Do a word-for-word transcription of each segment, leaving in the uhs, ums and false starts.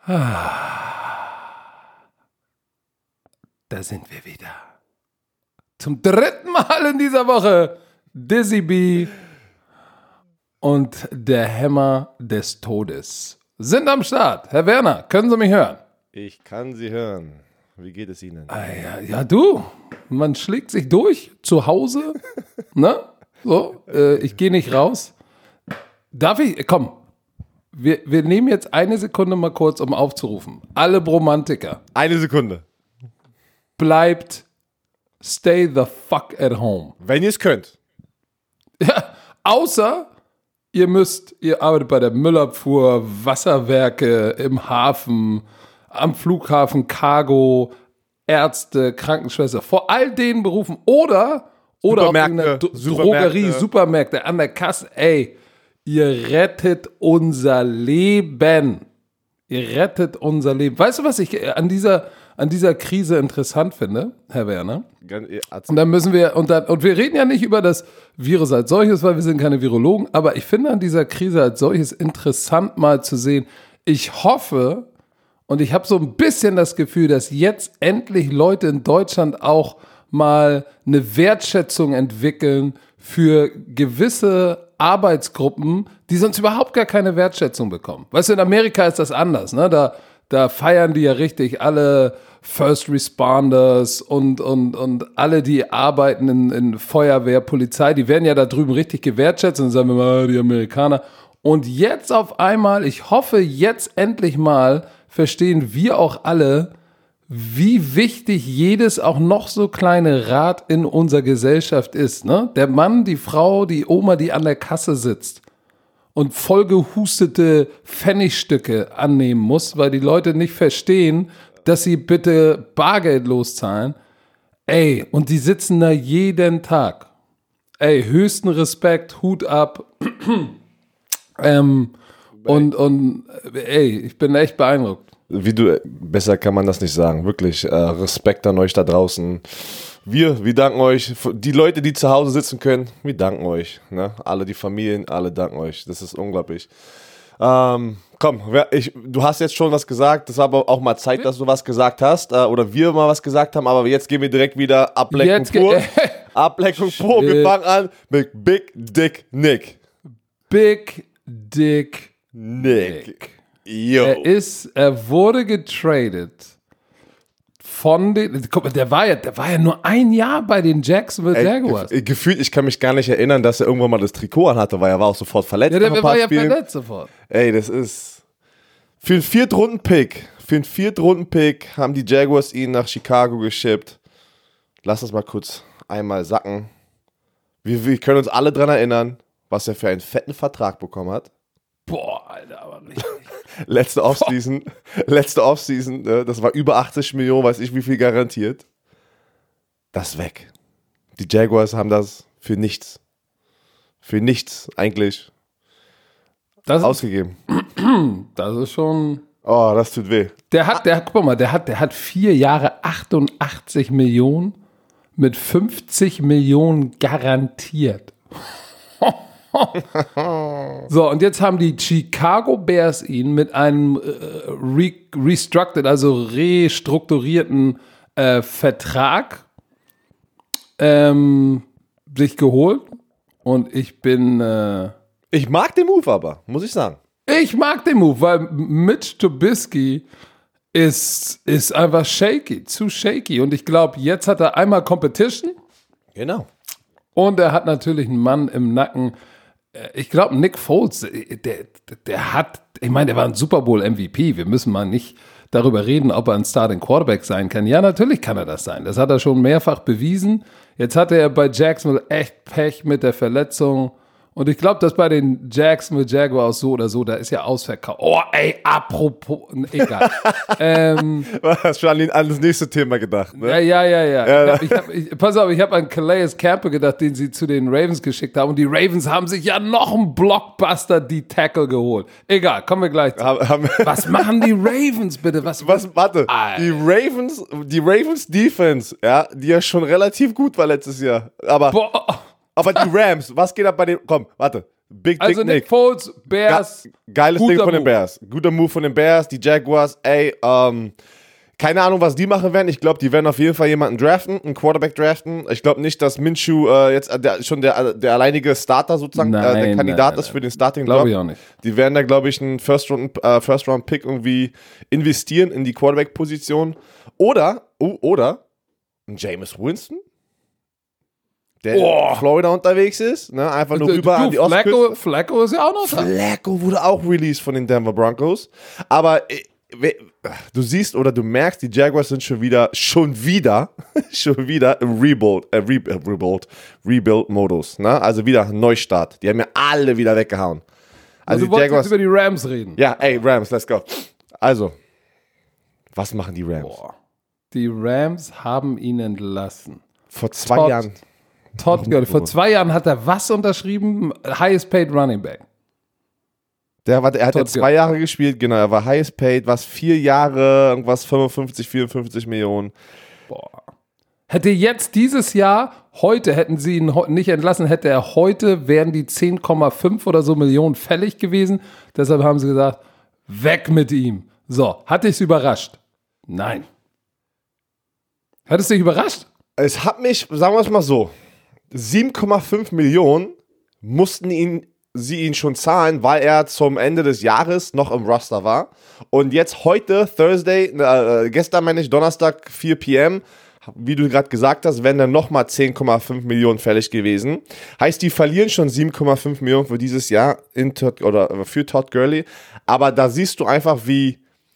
Da sind wir wieder. Zum dritten Mal in dieser Woche Dizzy B und der Hämmer des Todes sind am Start. Herr Werner, können Sie mich hören? Ich kann Sie hören. Wie geht es Ihnen? Ah, ja, ja, du, man schlägt sich durch zu Hause. Ne? So, äh, ich gehe nicht raus. Darf ich? Komm. Wir, wir nehmen jetzt eine Sekunde mal kurz, um aufzurufen. Alle Bromantiker. Eine Sekunde. Bleibt stay the fuck at home. Wenn ihr es könnt. Ja, außer ihr müsst, ihr arbeitet bei der Müllabfuhr, Wasserwerke, im Hafen, am Flughafen, Cargo, Ärzte, Krankenschwester, vor all den Berufen oder, oder auch in der D- Drogerie, Supermärkte, an der Kasse, ey, ihr rettet unser Leben. Ihr rettet unser Leben. Weißt du, was ich an dieser, an dieser Krise interessant finde, Herr Werner? Und dann müssen wir, und, dann, und wir reden ja nicht über das Virus als solches, weil wir sind keine Virologen, aber ich finde an dieser Krise als solches interessant mal zu sehen. Ich hoffe, und ich habe so ein bisschen das Gefühl, dass jetzt endlich Leute in Deutschland auch mal eine Wertschätzung entwickeln für gewisse Arbeitsgruppen, die sonst überhaupt gar keine Wertschätzung bekommen. Weißt du, in Amerika ist das anders, ne? Da, da feiern die ja richtig alle First Responders und, und, und alle, die arbeiten in, in Feuerwehr, Polizei, die werden ja da drüben richtig gewertschätzt und dann sagen wir mal, die Amerikaner. Und jetzt auf einmal, ich hoffe jetzt endlich mal, verstehen wir auch alle, wie wichtig jedes auch noch so kleine Rad in unserer Gesellschaft ist. Ne? Der Mann, die Frau, die Oma, die an der Kasse sitzt und vollgehustete Pfennigstücke annehmen muss, weil die Leute nicht verstehen, dass sie bitte Bargeld loszahlen. Ey, und die sitzen da jeden Tag. Ey, höchsten Respekt, Hut ab. ähm, und, und ey, ich bin echt beeindruckt. Wie du, besser kann man das nicht sagen. Wirklich, äh, Respekt an euch da draußen. Wir, wir danken euch. Die Leute, die zu Hause sitzen können, wir danken euch. Ne? Alle die Familien, alle danken euch. Das ist unglaublich. Ähm, komm, ich, du hast jetzt schon was gesagt. Das war aber auch mal Zeit, dass du was gesagt hast. Äh, oder wir mal was gesagt haben. Aber jetzt gehen wir direkt wieder Ablenkung pur. Ge- Ablenkung pur. Wir fangen an mit Big Dick Nick. Big Dick Nick. Nick. Yo. Er ist, er wurde getradet von den, guck mal, der war ja, der war ja nur ein Jahr bei den Jacksonville Jaguars. Ey, gefühlt, ich kann mich gar nicht erinnern, dass er irgendwann mal das Trikot anhatte, weil er war auch sofort verletzt. Ja, der war ja verletzt sofort. Ey, das ist, für einen Viertrunden-Pick, für einen Viertrunden-Pick haben die Jaguars ihn nach Chicago geschippt. Lass uns mal kurz einmal sacken. Wir, wir können uns alle dran erinnern, was er für einen fetten Vertrag bekommen hat. Boah, Alter, aber richtig. Letzte Offseason, letzte Offseason, das war über achtzig Millionen, weiß ich wie viel garantiert. Das ist weg. Die Jaguars haben das für nichts, für nichts eigentlich das ausgegeben. Das ist schon... Oh, das tut weh. Der hat, der guck mal, der hat, der hat vier Jahre achtundachtzig Millionen mit fünfzig Millionen garantiert. So, und jetzt haben die Chicago Bears ihn mit einem äh, re- restructured, also restrukturierten äh, Vertrag ähm, sich geholt. Und ich bin... Äh, ich mag den Move aber, muss ich sagen. Ich mag den Move, weil Mitch Trubisky ist, ist einfach shaky, zu shaky. Und ich glaube, jetzt hat er einmal Competition. Genau. Und er hat natürlich einen Mann im Nacken. Ich glaube, Nick Foles, der, der hat, ich meine, der war ein Super Bowl M V P. Wir müssen mal nicht darüber reden, ob er ein Starting Quarterback sein kann. Ja, natürlich kann er das sein. Das hat er schon mehrfach bewiesen. Jetzt hatte er bei Jacksonville echt Pech mit der Verletzung. Und ich glaube, dass bei den Jacksonville Jaguars so oder so, da ist ja ausverkauft. Oh, ey, apropos, egal. ähm, Du hast schon an, an das nächste Thema gedacht, ne? Ja, ja, ja, ja. ja. Ich hab, ich hab, ich, pass auf, ich habe an Calais Campbell gedacht, den sie zu den Ravens geschickt haben. Und die Ravens haben sich ja noch einen Blockbuster, die Tackle geholt. Egal, kommen wir gleich zu. Haben, haben Was machen die Ravens bitte? Was, Was, warte, Alter. die Ravens, die Ravens Defense, ja, die ja schon relativ gut war letztes Jahr. Aber, Boah. aber die Rams, was geht ab bei den, komm, warte. Big Also Dick Nick Nick. Foles, Bears. Ge- Geiles Ding von Move. den Bears. Guter Move von den Bears. Die Jaguars, ey, ähm, keine Ahnung, was die machen werden. Ich glaube, die werden auf jeden Fall jemanden draften, einen Quarterback draften. Ich glaube nicht, dass Minshew äh, jetzt der, schon der, der alleinige Starter sozusagen, Nein, äh, der Kandidat nein, ist für den Starting-Job. Glaube ich auch nicht. Die werden da, glaube ich, einen First-Round, äh, First-Round-Pick irgendwie investieren in die Quarterback-Position. Oder, oh, oder ein Jameis Winston, der Oh. in Florida unterwegs ist, ne? Einfach nur Du, rüber du, an die Flacco, Ostküste. Flacco ist ja auch noch da. Flacco wurde auch released von den Denver Broncos. Aber äh, we- du siehst oder du merkst, die Jaguars sind schon wieder, schon wieder, schon wieder im Rebuild, äh, Re äh, Rebuild, Rebuild-Modus. Ne? Also wieder ein Neustart. Die haben ja alle wieder weggehauen. Also Also du die wolltest Jaguars. jetzt über die Rams reden. Ja, ey, Rams, let's go. Also, was machen die Rams? Boah. Die Rams haben ihn entlassen. Vor zwei Todd- Jahren. Todd Gurley. Vor zwei Jahren hat er was unterschrieben? Highest paid Running Back. Der war, er hat ja Todd zwei Gurley. Jahre gespielt, genau. Er war highest paid, was vier Jahre, irgendwas fünfundfünfzig, vierundfünfzig Millionen. Boah. Hätte jetzt dieses Jahr, heute hätten sie ihn ho- nicht entlassen, hätte er heute, wären die zehn Komma fünf oder so Millionen fällig gewesen. Deshalb haben sie gesagt, weg mit ihm. So, hat dich's überrascht? Nein. Hat es dich überrascht? Es hat mich, sagen wir es mal so, sieben Komma fünf Millionen mussten ihn, sie ihn schon zahlen, weil er zum Ende des Jahres noch im Roster war. Und jetzt heute, Thursday, äh, gestern meine ich, Donnerstag, vier P M, wie du gerade gesagt hast, wären dann nochmal zehn Komma fünf Millionen fällig gewesen. Heißt, die verlieren schon sieben Komma fünf Millionen für dieses Jahr in Todd, oder für Todd Gurley. Aber da siehst du einfach, wie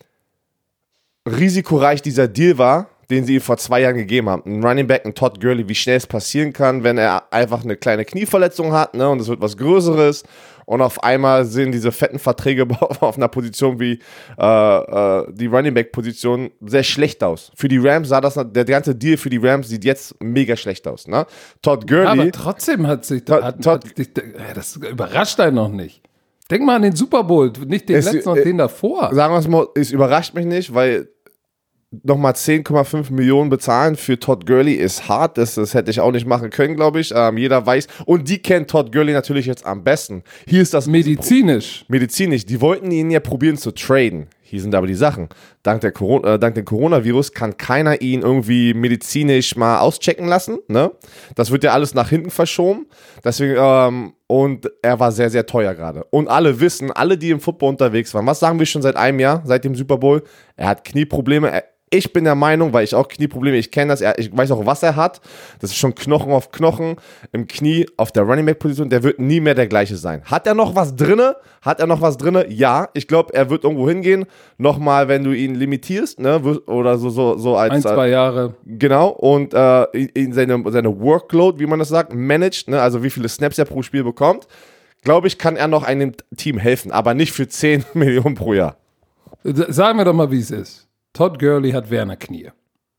risikoreich dieser Deal war, den sie ihm vor zwei Jahren gegeben haben. Ein Running Back, ein Todd Gurley, wie schnell es passieren kann, wenn er einfach eine kleine Knieverletzung hat, ne, und es wird was Größeres und auf einmal sind diese fetten Verträge auf einer Position wie äh, äh, die Running Back Position sehr schlecht aus. Für die Rams sah das, der ganze Deal für die Rams sieht jetzt mega schlecht aus, ne? Todd Gurley. Aber trotzdem hat sich, Todd- hat, Todd- hat sich das überrascht einen noch nicht. Denk mal an den Super Bowl, nicht den Es- letzten und äh, den davor. Sagen wir es mal, es überrascht mich nicht, weil nochmal zehn Komma fünf Millionen bezahlen für Todd Gurley ist hart. Das, das hätte ich auch nicht machen können, glaube ich. Ähm, jeder weiß. Und die kennt Todd Gurley natürlich jetzt am besten. Hier ist das Medizinisch. medizinisch. Die wollten ihn ja probieren zu traden. Hier sind aber die Sachen. Dank, der Corona, äh, dank dem Coronavirus kann keiner ihn irgendwie medizinisch mal auschecken lassen. Ne? Das wird ja alles nach hinten verschoben. Deswegen, ähm, und er war sehr, sehr teuer gerade. Und alle wissen, alle, die im Football unterwegs waren, was sagen wir schon seit einem Jahr, seit dem Super Bowl? Er hat Knieprobleme. Er, ich bin der Meinung, weil ich auch Knieprobleme, ich kenne das, er, ich weiß auch, was er hat. Das ist schon Knochen auf Knochen im Knie auf der Running Back Position. Der wird nie mehr der gleiche sein. Hat er noch was drinne? Hat er noch was drinne? Ja. Ich glaube, er wird irgendwo hingehen. Nochmal, wenn du ihn limitierst, ne, oder so, so, so als. Ein, zwei Jahre. Genau, und äh, in seine, seine Workload, wie man das sagt, managt, ne, also wie viele Snaps er pro Spiel bekommt, glaube ich, kann er noch einem Team helfen, aber nicht für zehn Millionen pro Jahr. Sagen wir doch mal, wie es ist. Todd Gurley hat Werner Knie.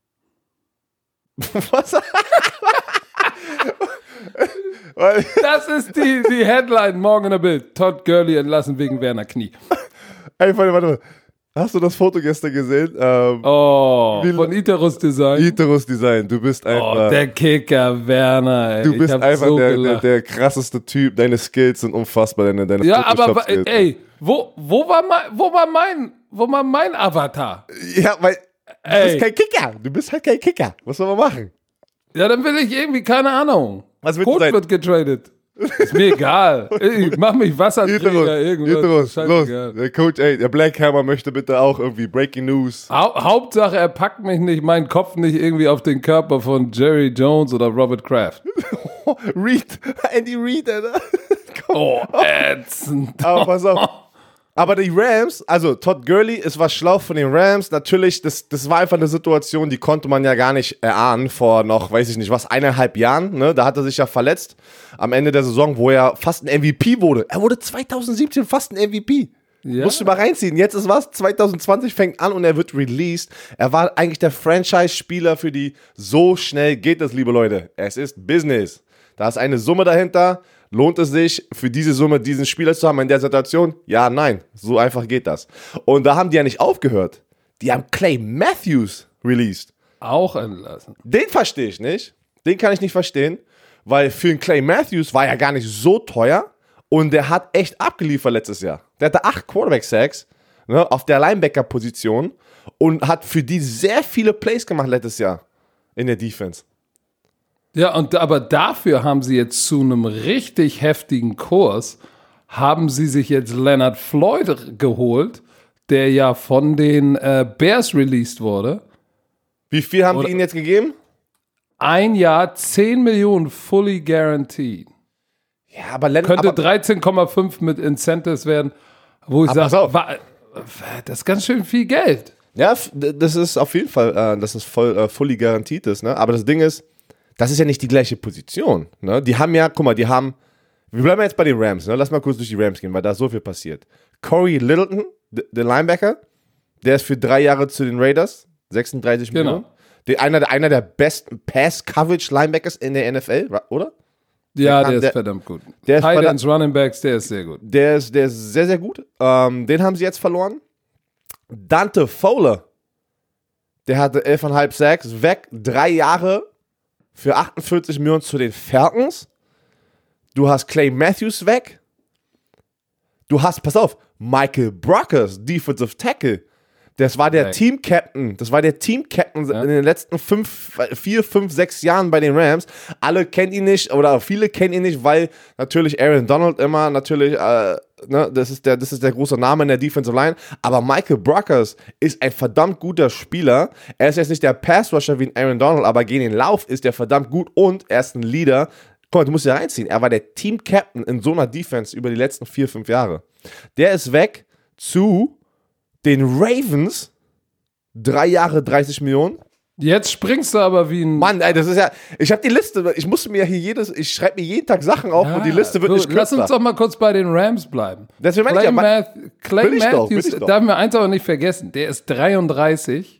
Was? Weil- Das ist die, die Headline morgen in der Bild. Todd Gurley entlassen wegen Werner Knie. Ey, warte, warte, warte. Hast du das Foto gestern gesehen? Ähm, Oh, Wie- von Iterus Design. Iterus Design, du bist Oh, einfach, der Kicker Werner, ey. du Ich bist hab einfach so der, der, gelacht. der krasseste Typ. Deine Skills sind unfassbar, deine, deine Ja, aber wa- Photoshop-Skills. ey, wo, wo, war mein, wo, war mein, wo war mein Avatar? Ja, weil du Ey. bist kein Kicker. Du bist halt kein Kicker. Was soll man machen? Ja, dann will ich irgendwie, keine Ahnung. Was willst du Coach sein? wird getradet. Ist mir egal. Ich mach mich Wasserträger, Iterus, irgendwas. Iterus, los. Scheißegal. Der Coach, ey, der Black Hammer möchte bitte auch irgendwie Breaking News. Hau Hauptsache, er packt mich nicht, meinen Kopf nicht irgendwie auf den Körper von Jerry Jones oder Robert Kraft. Reed, Andy Reid, Alter. Oh, ätzend. Aber pass auf. Aber die Rams, also Todd Gurley, es war schlau von den Rams. Natürlich, das, das war einfach eine Situation, die konnte man ja gar nicht erahnen vor noch, weiß ich nicht, was, eineinhalb Jahren. Ne? Da hat er sich ja verletzt am Ende der Saison, wo er fast ein M V P wurde. Er wurde zwanzig siebzehn fast ein M V P. Ja. Musst du mal reinziehen. Jetzt ist was, zwanzig zwanzig fängt an und er wird released. Er war eigentlich der Franchise-Spieler für die. So schnell geht es, liebe Leute. Es ist Business. Da ist eine Summe dahinter. Lohnt es sich, für diese Summe diesen Spieler zu haben in der Situation? Ja, nein. So einfach geht das. Und da haben die ja nicht aufgehört. Die haben Clay Matthews released. Auch entlassen. Den verstehe ich nicht. Den kann ich nicht verstehen. Weil für einen Clay Matthews war er gar nicht so teuer. Und der hat echt abgeliefert letztes Jahr. Der hatte acht Quarterback-Sacks, ne, auf der Linebacker-Position und hat für die sehr viele Plays gemacht letztes Jahr in der Defense. Ja, und aber dafür haben sie jetzt zu einem richtig heftigen Kurs, haben sie sich jetzt Leonard Floyd geholt, der ja von den äh, Bears released wurde. Wie viel haben Oder die ihnen jetzt gegeben? Ein Jahr, zehn Millionen fully guaranteed. Ja, aber Leonard, Könnte aber, dreizehn Komma fünf mit Incentives werden, wo ich Aber pass sage, auf. wa- das ist ganz schön viel Geld. ja, f- das ist auf jeden Fall, äh, dass es voll, äh, fully garantiert ist, ne? Aber das Ding ist, das ist ja nicht die gleiche Position, ne? Die haben ja, guck mal, die haben, wir bleiben jetzt bei den Rams, ne? Lass mal kurz durch die Rams gehen, weil da so viel passiert. Corey Littleton, d- der Linebacker, der ist für drei Jahre zu den Raiders, sechsunddreißig Genau. Millionen. Der, einer, der- einer der besten Pass-Coverage-Linebackers in der N F L, wa- oder? Ja, kann- der ist der- verdammt gut. der ist Tight verdammt- Ends, Running Backs, der ist sehr gut. Der ist, der ist sehr, sehr gut. Ähm, den haben sie jetzt verloren. Dante Fowler, der hatte elf Komma fünf Sacks, weg, drei Jahre für achtundvierzig Millionen zu den Falcons. Du hast Clay Matthews weg. Du hast, pass auf, Michael Brockers, Defensive Tackle. Das war der Weg. Team-Captain. Das war der Team-Captain Ja. in den letzten fünf, vier, fünf, sechs Jahren bei den Rams. Alle kennen ihn nicht oder viele kennen ihn nicht, weil natürlich Aaron Donald immer natürlich, äh, ne, das ist der, das ist der große Name in der Defensive Line. Aber Michael Brockers ist ein verdammt guter Spieler. Er ist jetzt nicht der Pass-Rusher wie ein Aaron Donald, aber gegen den Lauf ist er verdammt gut und er ist ein Leader. Guck mal, du musst ja reinziehen. Er war der Team-Captain in so einer Defense über die letzten vier, fünf Jahre. Der ist weg zu den Ravens, drei Jahre, dreißig Millionen. Jetzt springst du aber wie ein... Mann, ey, das ist ja, ich habe die Liste, ich musste mir hier jedes, ich schreibe mir jeden Tag Sachen auf und die Liste wird so, nicht Lass uns kürzer. doch mal kurz bei den Rams bleiben. Deswegen meine ich Clay, ja, man- Math, Clay Bin ich doch, bin Matthews, ich doch. darf man eins aber nicht vergessen, der ist dreiunddreißig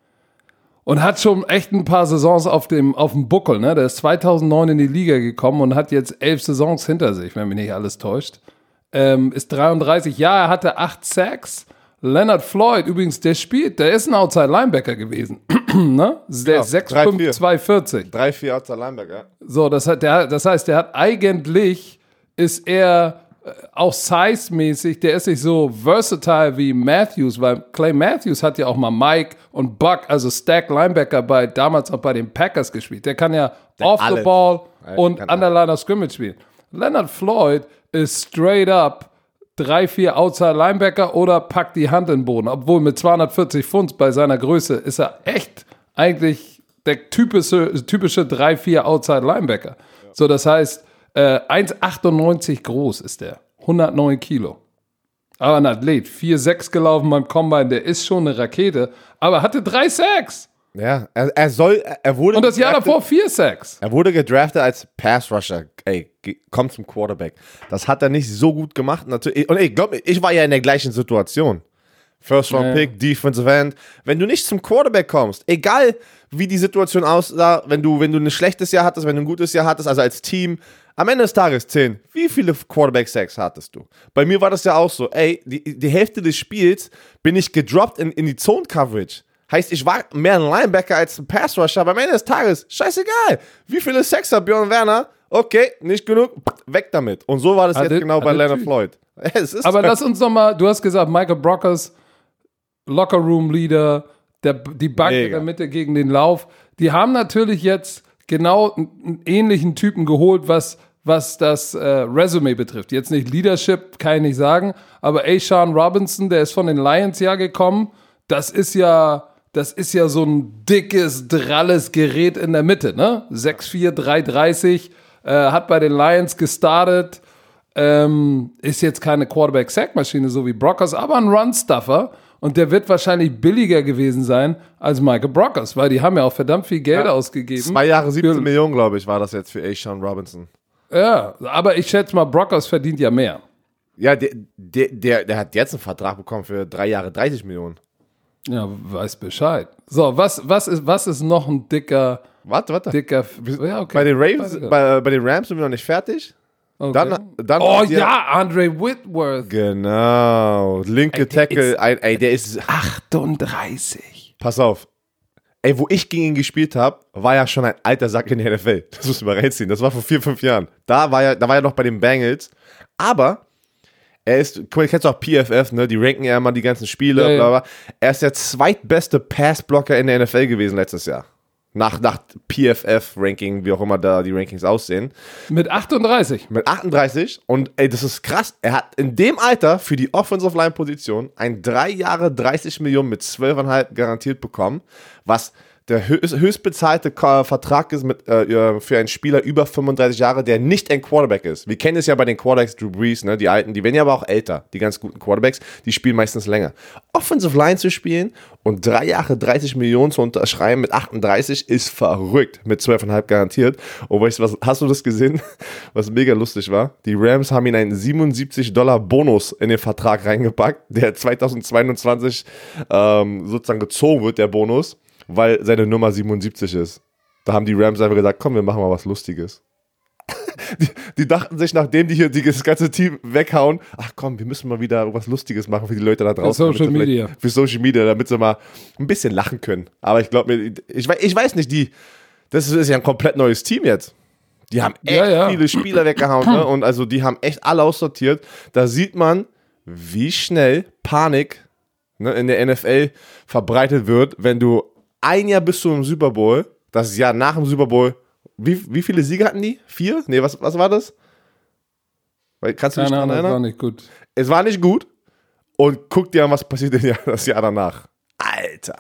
und hat schon echt ein paar Saisons auf dem, auf dem Buckel. Ne? Der ist zweitausendneun in die Liga gekommen und hat jetzt elf Saisons hinter sich, wenn mich nicht alles täuscht. Ähm, ist dreiunddreißig, ja, er hatte acht Sacks. Leonard Floyd, übrigens, der spielt, der ist ein Outside-Linebacker gewesen. ne? Der Ja, ist sechs drei, fünf, vier. zweihundertvierzig. Drei, vier Outside Linebacker. So, das, hat, der, das heißt, der hat eigentlich, ist er äh, auch size-mäßig, der ist nicht so versatile wie Matthews, weil Clay Matthews hat ja auch mal Mike und Buck, also Stack Linebacker, bei, damals auch bei den Packers gespielt. Der kann ja off the alles. ball Ja, und kann Underliner Scrimmage spielen. Leonard Floyd ist straight up drei, vier Outside Linebacker oder packt die Hand in den Boden. Obwohl mit zweihundertvierzig Pfund bei seiner Größe ist er echt eigentlich der typische, typische drei, vier Outside Linebacker. So, das heißt, äh, eins Komma achtundneunzig groß ist der. hundertneun Kilo. Aber ein Athlet, vier Komma sechs gelaufen beim Combine, der ist schon eine Rakete, aber hatte drei Sacks. Ja, er, er soll, er wurde Und das Jahr gedraftet- davor vier Sacks. Er wurde gedraftet als Pass-Rusher. Ey, ge- komm zum Quarterback. Das hat er nicht so gut gemacht. Natürlich, und ich glaube, ich war ja in der gleichen Situation. First-Round-Pick, Defensive End. Wenn du nicht zum Quarterback kommst, egal wie die Situation aussah, wenn du, wenn du ein schlechtes Jahr hattest, wenn du ein gutes Jahr hattest, also als Team, am Ende des Tages zehn. Wie viele Quarterback-Sacks hattest du? Bei mir war das ja auch so. Ey, die, die Hälfte des Spiels bin ich gedroppt in, in die Zone-Coverage. Heißt, ich war mehr ein Linebacker als ein Pass-Rusher, aber am Ende des Tages, scheißegal. Wie viele Sacks hat Björn Werner? Okay, nicht genug, weg damit. Und so war das Hat jetzt er- genau hat bei er Leonard tschüss. Floyd. Es ist Aber lass uns noch mal, du hast gesagt, Michael Brockers, Locker-Room-Leader, der, die Bank in Mega. der Mitte gegen den Lauf. Die haben natürlich jetzt genau einen, einen ähnlichen Typen geholt, was, was das äh, Resume betrifft. Jetzt nicht Leadership, kann ich nicht sagen, aber Ashawn Robinson, der ist von den Lions ja gekommen. Das ist ja, das ist ja so ein dickes, dralles Gerät in der Mitte, ne? sechs vier, dreihundertdreißig, äh, hat bei den Lions gestartet. Ähm, ist jetzt keine Quarterback-Sack-Maschine, so wie Brockers, aber ein Run-Stuffer. Und der wird wahrscheinlich billiger gewesen sein als Michael Brockers, weil die haben ja auch verdammt viel Geld ausgegeben. zwei Jahre siebzehn Für- Millionen, glaube ich, war das jetzt für Ashawn Robinson. Ja, aber ich schätze mal, Brockers verdient ja mehr. Ja, der, der, der, der hat jetzt einen Vertrag bekommen für drei Jahre dreißig Millionen. Ja, weiß Bescheid. So, was, was, ist, was ist noch ein dicker, Warte, warte. dicker... Ja, okay. Bei den Ravens, Weiter. bei, bei den Rams sind wir noch nicht fertig. Okay. Dann, dann oh habt ihr- ja, Andre Whitworth. Genau. Linke Ey, der Tackle, ist- ein, ey, der ist. achtunddreißig. Pass auf. ey, wo ich gegen ihn gespielt habe, war ja schon ein alter Sack in der N F L. Das musst du mal reinziehen. Das war vor vier, fünf Jahren. Da war er, da war er noch bei den Bengals. Aber er ist, guck mal, kennst du auch P F F, ne? Die ranken ja immer die ganzen Spiele, ja, bla, bla. ja. Er ist der zweitbeste Passblocker in der N F L gewesen letztes Jahr. Nach, nach P F F-Ranking, wie auch immer da die Rankings aussehen. Mit achtunddreißig. Mit achtunddreißig. Und ey, das ist krass. Er hat in dem Alter für die Offensive Line-Position ein drei Jahre dreißig Millionen mit zwölf Komma fünf garantiert bekommen, was der höchst, höchstbezahlte Vertrag ist mit, äh, für einen Spieler über fünfunddreißig Jahre, der nicht ein Quarterback ist. Wir kennen es ja bei den Quarterbacks, Drew Brees, ne, die alten, die werden ja aber auch älter, die ganz guten Quarterbacks, die spielen meistens länger. Offensive Line zu spielen und drei Jahre dreißig Millionen zu unterschreiben mit achtunddreißig ist verrückt, mit zwölf Komma fünf garantiert. Und weißt du was, hast du das gesehen, was mega lustig war? Die Rams haben ihn einen siebenundsiebzig Dollar Bonus in den Vertrag reingepackt, der zweitausendzweiundzwanzig ähm, sozusagen gezogen wird, der Bonus, weil seine Nummer siebenundsiebzig ist. Da haben die Rams einfach gesagt, komm, wir machen mal was Lustiges. die, die dachten sich, nachdem die hier die, das ganze Team weghauen, ach komm, wir müssen mal wieder was Lustiges machen für die Leute da draußen. Für Social Media. Für Social Media, damit sie mal ein bisschen lachen können. Aber ich glaube mir, ich, ich weiß nicht, die, das ist ja ein komplett neues Team jetzt. Die haben echt ja, ja. viele Spieler weggehauen, ne? Und also die haben echt alle aussortiert. Da sieht man, wie schnell Panik, ne, in der N F L verbreitet wird, wenn du ein Jahr bis zum Super Bowl, das Jahr nach dem Super Bowl, wie, wie viele Siege hatten die? Vier? Nee, was, was war das? Kannst du dich daran erinnern? Das war nicht gut. Es war nicht gut. Und guck dir an, was passiert denn das Jahr danach. Alter.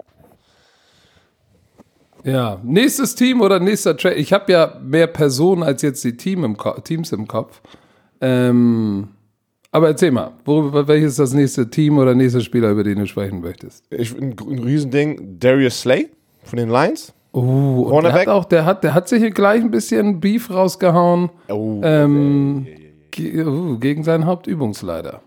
Ja, nächstes Team oder nächster Trade. Ich habe ja mehr Personen als jetzt die Team im Ko- Teams im Kopf. Ähm, aber erzähl mal, worüber, welches ist das nächste Team oder nächste Spieler, über den du sprechen möchtest? Ich, ein, ein Riesending, Darius Slay von den Lions. Oh, und der hat auch, der hat, der hat sich hier gleich ein bisschen Beef rausgehauen Oh, ähm, yeah, yeah, yeah. Ge- uh, gegen seinen Hauptübungsleiter.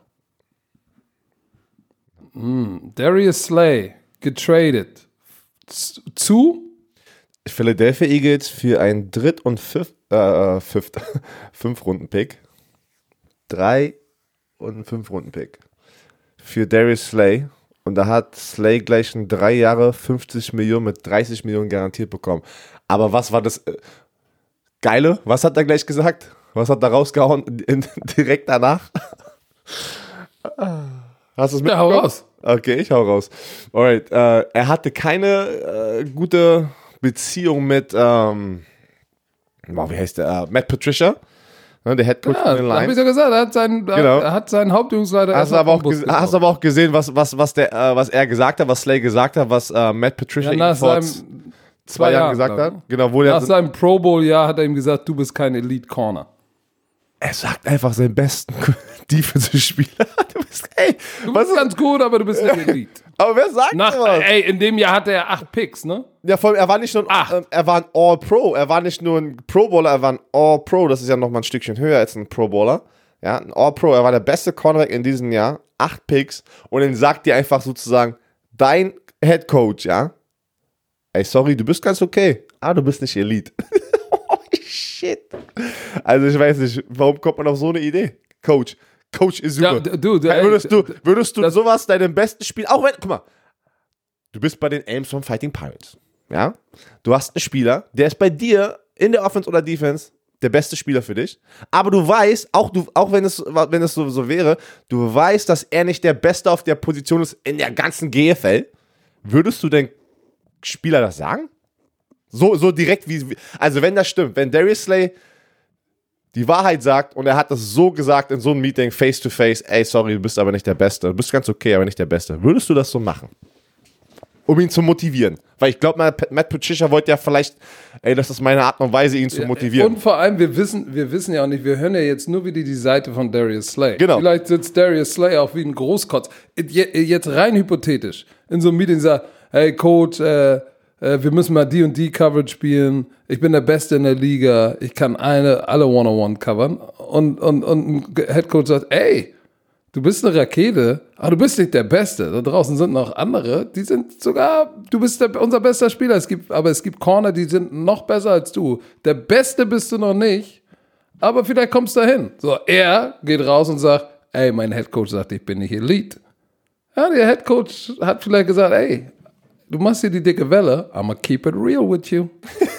Mm, Darius Slay getradet Z- zu Philadelphia Eagles für einen Dritt- und Fifth, äh, Fifth, Fünf-Runden-Pick. Drei- und Fünf-Runden-Pick. Für Darius Slay. Und da hat Slay gleich in drei Jahre fünfzig Millionen mit dreißig Millionen garantiert bekommen. Aber was war das äh, Geile? Was hat er gleich gesagt? Was hat er rausgehauen in, direkt danach? Hast du es mitbekommen? Ja, hau raus. Okay, ich hau raus. Alright, äh, er hatte keine äh, gute Beziehung mit, ähm, wow, wie heißt der? Uh, Matt Patricia, ne, der Head Coach Ja, von den da hab ich Lions. ja gesagt, er hat seinen, Genau. er hat seinen Hauptübungsleiter. Hast du aber auch, gese- hast du aber auch gesehen, was, was, was, der, äh, was er gesagt hat, was Slay gesagt hat, was äh, Matt Patricia ja, nach ihm vor seinem zwei Jahren gesagt hat? Genau, wo der Nach seinem Pro Bowl-Jahr hat er ihm gesagt, du bist kein Elite Corner. er sagt einfach seinen besten Defensive-Spieler. Du bist, ey, Du was bist ist, ganz gut, aber du bist nicht Elite. aber wer sagt Nach, sowas? ey, in dem Jahr hatte er acht Picks, ne? Ja, vor allem, er war nicht nur ein, Acht. äh, er war ein All-Pro. Er war nicht nur ein Pro-Bowler, er war ein All-Pro. Das ist ja nochmal ein Stückchen höher als ein Pro-Bowler. Ja, ein All-Pro. Er war der beste Cornerback in diesem Jahr. Acht Picks. Und dann sagt dir einfach sozusagen, dein Head Coach, ja, ey, sorry, du bist ganz okay, aber du bist nicht Elite. Oh, shit. Also ich weiß nicht, warum kommt man auf so eine Idee? Coach. Coach ist super. Ja, d- du, d- Hey, würdest du, würdest du das- sowas deinem besten Spiel, auch wenn, guck mal, du bist bei den Elmshorn Fighting Pirates, ja? Du hast einen Spieler, der ist bei dir in der Offense oder Defense der beste Spieler für dich, aber du weißt, auch, du, auch wenn es, wenn es so, so wäre, du weißt, dass er nicht der Beste auf der Position ist in der ganzen G F L. Würdest du den Spieler das sagen? So, so direkt wie, also wenn das stimmt, wenn Darius Slay die Wahrheit sagt und er hat das so gesagt in so einem Meeting, face to face, ey, sorry, du bist aber nicht der Beste, du bist ganz okay, aber nicht der Beste. Würdest du das so machen? Um ihn zu motivieren. Weil ich glaube, Matt Patricia wollte ja vielleicht, ey, das ist meine Art und Weise, ihn zu motivieren. Und vor allem, wir wissen, wir wissen ja auch nicht, wir hören ja jetzt nur wieder die Seite von Darius Slay. Genau. Vielleicht sitzt Darius Slay auch wie ein Großkotz. Jetzt rein hypothetisch. In so einem Meeting sagt, hey Coach, äh, äh, wir müssen mal die und die Coverage spielen. Ich bin der Beste in der Liga. Ich kann eine, alle One-on-One covern. Und, und, und ein Headcoach sagt, ey, du bist eine Rakete, aber du bist nicht der Beste. Da draußen sind noch andere, die sind sogar, du bist der, unser bester Spieler. Es gibt, aber es gibt Corner, die sind noch besser als du. Der Beste bist du noch nicht, aber vielleicht kommst du dahin. So, er geht raus und sagt, ey, mein Headcoach sagt, ich bin nicht Elite. Ja, der Headcoach hat vielleicht gesagt, ey, du machst hier die dicke Welle, I'ma keep it real with you.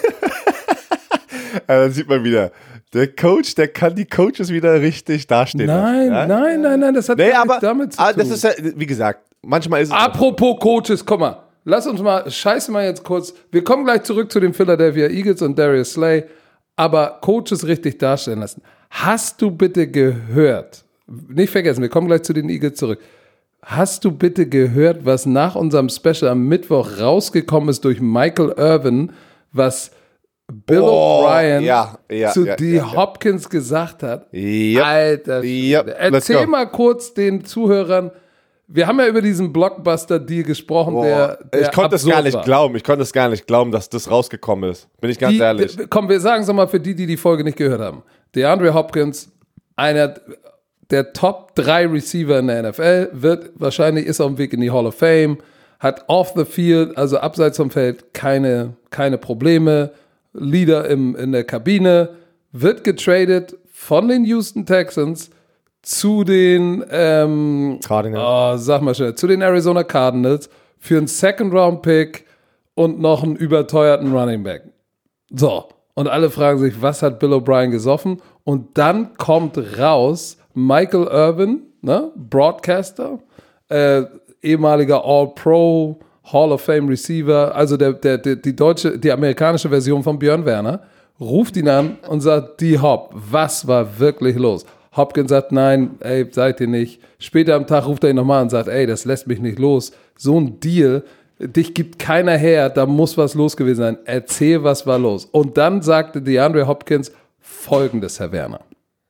Ja, dann sieht man wieder, der Coach, der kann die Coaches wieder richtig dastehen. Nein, ja? nein, nein, nein, das hat nee, nichts aber, damit zu aber tun. das ist ja, wie gesagt, manchmal ist es... Apropos Coaches, komm mal, lass uns mal, scheiße mal jetzt kurz, wir kommen gleich zurück zu den Philadelphia Eagles und Darius Slay, aber Coaches richtig darstellen lassen. Hast du bitte gehört, nicht vergessen, wir kommen gleich zu den Eagles zurück, hast du bitte gehört, was nach unserem Special am Mittwoch rausgekommen ist durch Michael Irvin, was Bill Oh, O'Brien ja, ja, zu ja, D. ja, ja. Hopkins gesagt hat? Yep. Alter, Yep. Let's erzähl go. mal kurz den Zuhörern, wir haben ja über diesen Blockbuster-Deal gesprochen, Boah, der, der ich konnte es absurd gar nicht war. glauben. Ich konnte es gar nicht glauben, dass das rausgekommen ist. Bin ich ganz Die, ehrlich. d- Komm, wir sagen es nochmal für die, die die Folge nicht gehört haben. DeAndre Hopkins, einer der Top drei Receiver in der N F L, wird wahrscheinlich, ist auf dem Weg in die Hall of Fame, hat off the field, also abseits vom Feld, keine, keine Probleme, Leader im, in der Kabine, wird getradet von den Houston Texans zu den, ähm, Cardinals. oh, sag mal schnell, zu den Arizona Cardinals für einen Second-Round-Pick und noch einen überteuerten Running Back. So, und alle fragen sich, was hat Bill O'Brien gesoffen? Und dann kommt raus, Michael Irvin, ne, Broadcaster, äh, ehemaliger All-Pro, Hall of Fame Receiver, also der, der, der, die deutsche, die amerikanische Version von Björn Werner, ruft ihn an und sagt, die Hop, was war wirklich los? Hopkins sagt, nein, ey, seid ihr nicht. Später am Tag ruft er ihn nochmal und sagt, ey, das lässt mich nicht los. So ein Deal, dich gibt keiner her, da muss was los gewesen sein. Erzähl, was war los. Und dann sagte DeAndre Hopkins Folgendes, Herr Werner.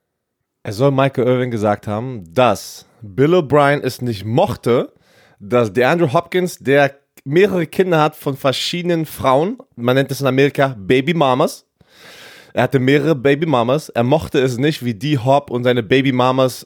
Es soll Michael Irvin gesagt haben, dass Bill O'Brien es nicht mochte, dass DeAndre Hopkins, der mehrere Kinder hat von verschiedenen Frauen, man nennt es in Amerika Baby Mamas, er hatte mehrere Baby Mamas, er mochte es nicht, wie die Hop und seine Baby Mamas,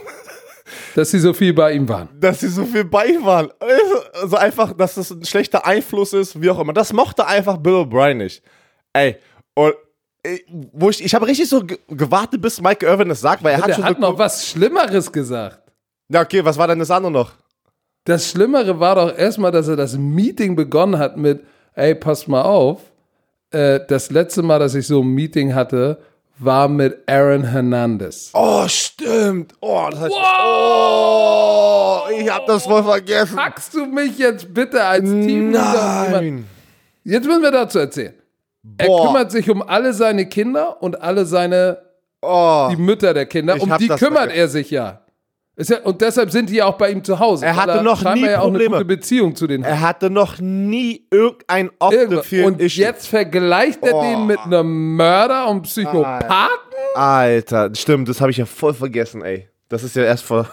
Dass sie so viel bei ihm waren. dass sie so viel bei ihm waren. Also einfach, dass das ein schlechter Einfluss ist, wie auch immer. Das mochte einfach Bill O'Brien nicht. Ey, und ey, wo ich, ich habe richtig so ge- gewartet, bis Michael Irvin das sagt, weil er hat Der schon hat so noch was Schlimmeres gesagt. Ja, okay, was war denn das andere noch? Das Schlimmere war doch erstmal, dass er das Meeting begonnen hat mit, ey, pass mal auf, äh, das letzte Mal, dass ich so ein Meeting hatte, war mit Aaron Hernandez. Oh, stimmt. Oh, das heißt, Wow! oh, ich hab das voll vergessen. Hackst du mich jetzt bitte als Teamleader? Nein. Jetzt müssen wir dazu erzählen. Er Boah. kümmert sich um alle seine Kinder und alle seine, Oh. die Mütter der Kinder. Ich Um hab die das kümmert vergessen. er sich ja. Ist ja. Und deshalb sind die ja auch bei ihm zu Hause. Er weil hatte noch scheinbar nie ja auch eine Probleme. gute Beziehung zu den Er hatte noch nie irgendein Irgendwas. Opfer Und jetzt vergleicht er Oh. den mit einem Mörder und Psychopathen? Alter, stimmt, das habe ich ja voll vergessen, ey. Das ist ja erst vor...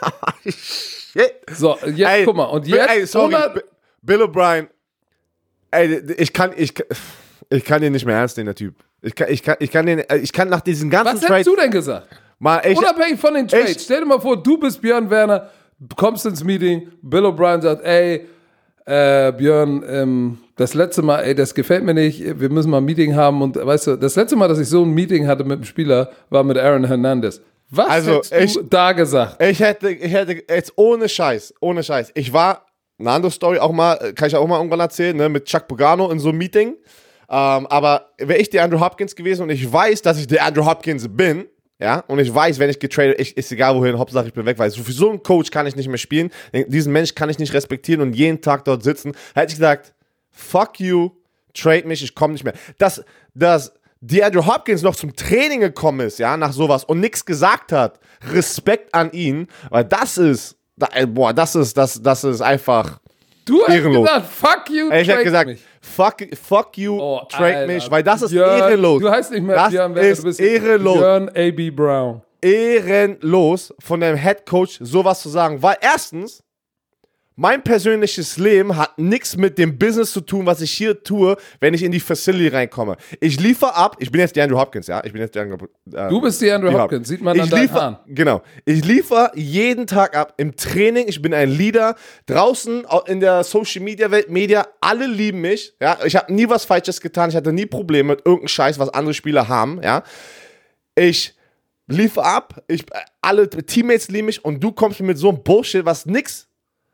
Shit. So, jetzt Ey, guck mal. Und Bill- jetzt, ey, sorry, ohne- B- Bill O'Brien, ey, ich kann, ich, kann- ich kann den nicht mehr ernst nehmen, der Typ. Ich kann, ich kann, ich kann den, ich kann nach diesen ganzen was hättest du denn gesagt? mal, ich, Unabhängig von den Trades. ich- Stell dir mal vor, du bist Björn Werner, kommst ins Meeting, Bill O'Brien sagt, ey, äh, Björn, ähm, das letzte Mal, ey, das gefällt mir nicht, wir müssen mal ein Meeting haben und weißt du, das letzte Mal, dass ich so ein Meeting hatte mit einem Spieler, war mit Aaron Hernandez. Was Also, hättest du ich- da gesagt? Ich hätte, ich hätte jetzt ohne Scheiß, ohne Scheiß. Ich war, eine andere Story auch mal, kann ich auch mal irgendwann erzählen, ne, mit Chuck Pagano in so einem Meeting. Ähm, aber wäre ich DeAndre Hopkins gewesen und ich weiß, dass ich DeAndre Hopkins bin, ja, und ich weiß, wenn ich getradet, ich, ist egal wohin, Hauptsache ich bin weg, weil so für so einen Coach kann ich nicht mehr spielen, diesen Mensch kann ich nicht respektieren und jeden Tag dort sitzen, hätte ich gesagt, fuck you, trade mich, ich komme nicht mehr. Dass, dass DeAndre Hopkins noch zum Training gekommen ist, ja, nach sowas und nichts gesagt hat, Respekt an ihn, weil das ist, da, boah, das ist, das, das ist einfach Du hast ehrenlos. gesagt, fuck you, Ey, ich hätte trade gesagt, mich. fuck, fuck you, Oh, trade Alter. mich, weil das ist Björn, ehrenlos. Du heißt nicht mehr das Björn Werner, ist du bist ehrenlos. Björn A B. Brown. Ehrenlos von dem Head Coach sowas zu sagen, weil erstens, mein persönliches Leben hat nichts mit dem Business zu tun, was ich hier tue, wenn ich in die Facility reinkomme. Ich liefere ab, ich bin jetzt DeAndre Hopkins, ja, ich bin jetzt DeAndre äh, Du bist DeAndre Liefer. Hopkins, sieht man ich an deinen liefer, Haaren. Genau. Ich liefere jeden Tag ab im Training. Ich bin ein Leader. Draußen au- in der Social Media Welt, Media, alle lieben mich. Ja, ich habe nie was Falsches getan. Ich hatte nie Probleme mit irgendeinem Scheiß, was andere Spieler haben. Ja, ich liefere ab. Ich, alle Teammates lieben mich und du kommst mir mit so einem Bullshit, was nix,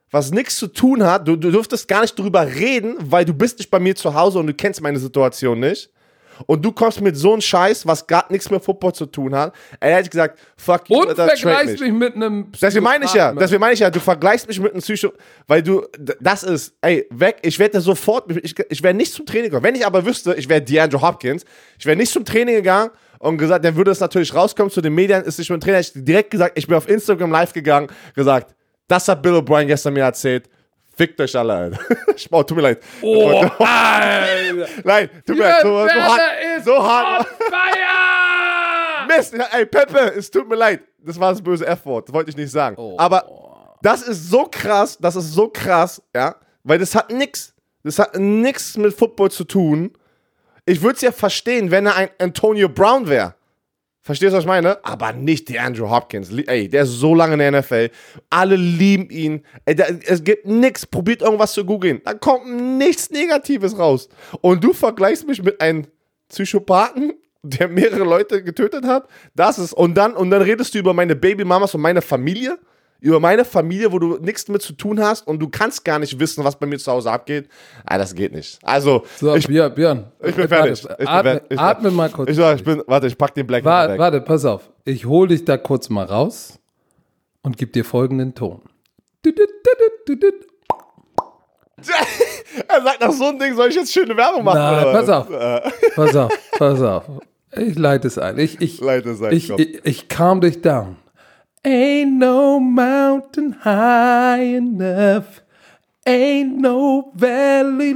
was nichts zu tun hat, du, du dürftest gar nicht drüber reden, weil du bist nicht bei mir zu Hause und du kennst meine Situation nicht. Und du kommst mit so einem Scheiß, was gar nichts mit Football zu tun hat. Er hätte gesagt, fuck you, und vergleichst mich mit einem Deswegen meine ich ja, deswegen meine ich ja, du vergleichst mich mit einem Psycho, weil du, das ist, ey, weg, ich werde sofort, ich, ich wäre nicht zum Training gegangen. Wenn ich aber wüsste, ich wäre DeAndre Hopkins, ich wäre nicht zum Training gegangen und gesagt, dann würde es natürlich rauskommen zu den Medien, ist nicht mein Trainer, ich direkt gesagt, ich bin auf Instagram live gegangen, gesagt, das hat Bill O'Brien gestern mir erzählt. Fickt euch alle, Alter. Oh, tut mir leid. Oh, Alter. Nein, tut mir leid. So, so hart. So hart. Mist. Ey, Pepe, es tut mir leid. Das war das böse F-Wort. Das wollte ich nicht sagen. Oh. Aber das ist so krass. Das ist so krass, ja. Weil das hat nix. Das hat nix mit Football zu tun. Ich würde es ja verstehen, wenn er ein Antonio Brown wäre. Verstehst du, was ich meine? Aber nicht DeAndre Hopkins. Ey, der ist so lange in der N F L. Alle lieben ihn. Ey, da, es gibt nichts. Probiert irgendwas zu googeln. Da kommt nichts Negatives raus. Und du vergleichst mich mit einem Psychopathen, der mehrere Leute getötet hat. Das ist, und dann, und dann redest du über meine Babymamas und meine Familie. Über meine Familie, wo du nichts damit zu tun hast und du kannst gar nicht wissen, was bei mir zu Hause abgeht. Ah, das geht nicht. Also, so, ich, Björn, Björn. Ich bin fertig. Ich bin atme, fertig. Ich, atme mal kurz. Ich, ich bin, warte, ich pack den Black War, weg. Warte, pass auf. Ich hol dich da kurz mal raus und gebe dir folgenden Ton. Er sagt, nach so einem Ding soll ich jetzt schöne Werbung machen. Nein, oder pass was? auf. Pass auf, pass auf. Ich leite es ein. Ich, ich, Leite es ein, ich, komm. ich, ich calm dich down. Ain't no mountain high enough. Ain't no valley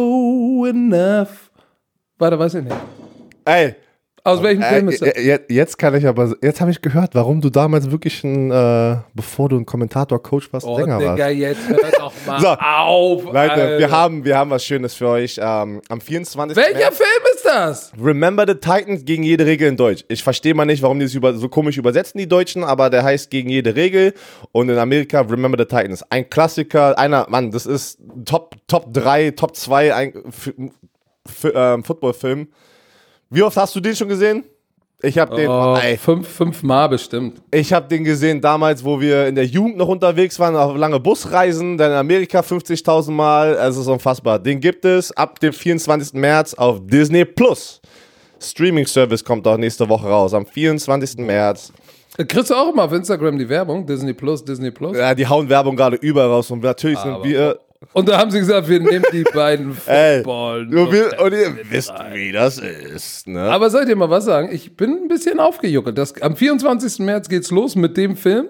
low enough. Warte, weiß ich nicht. Ey. Aus welchem Film ist das? Äh, jetzt kann ich aber, jetzt habe ich gehört, warum du damals wirklich ein, äh, bevor du ein Kommentator-Coach warst, Oh, Sänger Digga, warst. jetzt hör doch mal So, auf, Leute, Alter. wir haben, wir haben was Schönes für euch. Ähm, am vierundzwanzigsten Welcher März, Film ist das? Remember the Titans gegen jede Regel in Deutsch. Ich verstehe mal nicht, warum die es über, so komisch übersetzen, die Deutschen, aber der heißt gegen jede Regel. Und in Amerika Remember the Titans. Ein Klassiker, einer, Mann, das ist Top, Top drei, Top zwei ein, f, f, ähm, Football-Film. Wie oft hast du den schon gesehen? Ich habe den, Oh, ey, fünf, fünf Mal bestimmt. ich habe den gesehen damals, wo wir in der Jugend noch unterwegs waren, auf lange Busreisen, dann in Amerika fünfzigtausend Mal, es ist unfassbar. Den gibt es ab dem vierundzwanzigsten März auf Disney Plus. Streaming-Service kommt auch nächste Woche raus, am vierundzwanzigsten März. Kriegst du auch immer auf Instagram die Werbung? Disney Plus, Disney Plus? Ja, die hauen Werbung gerade überall raus und natürlich sind Aber- wir... Und da haben sie gesagt, wir nehmen die beiden Ey, Football. und, wir, und ihr wisst, wie das ist, ne? Aber soll ich dir mal was sagen? Ich bin ein bisschen aufgejuckelt. Das, am vierundzwanzigsten März geht's los mit dem Film.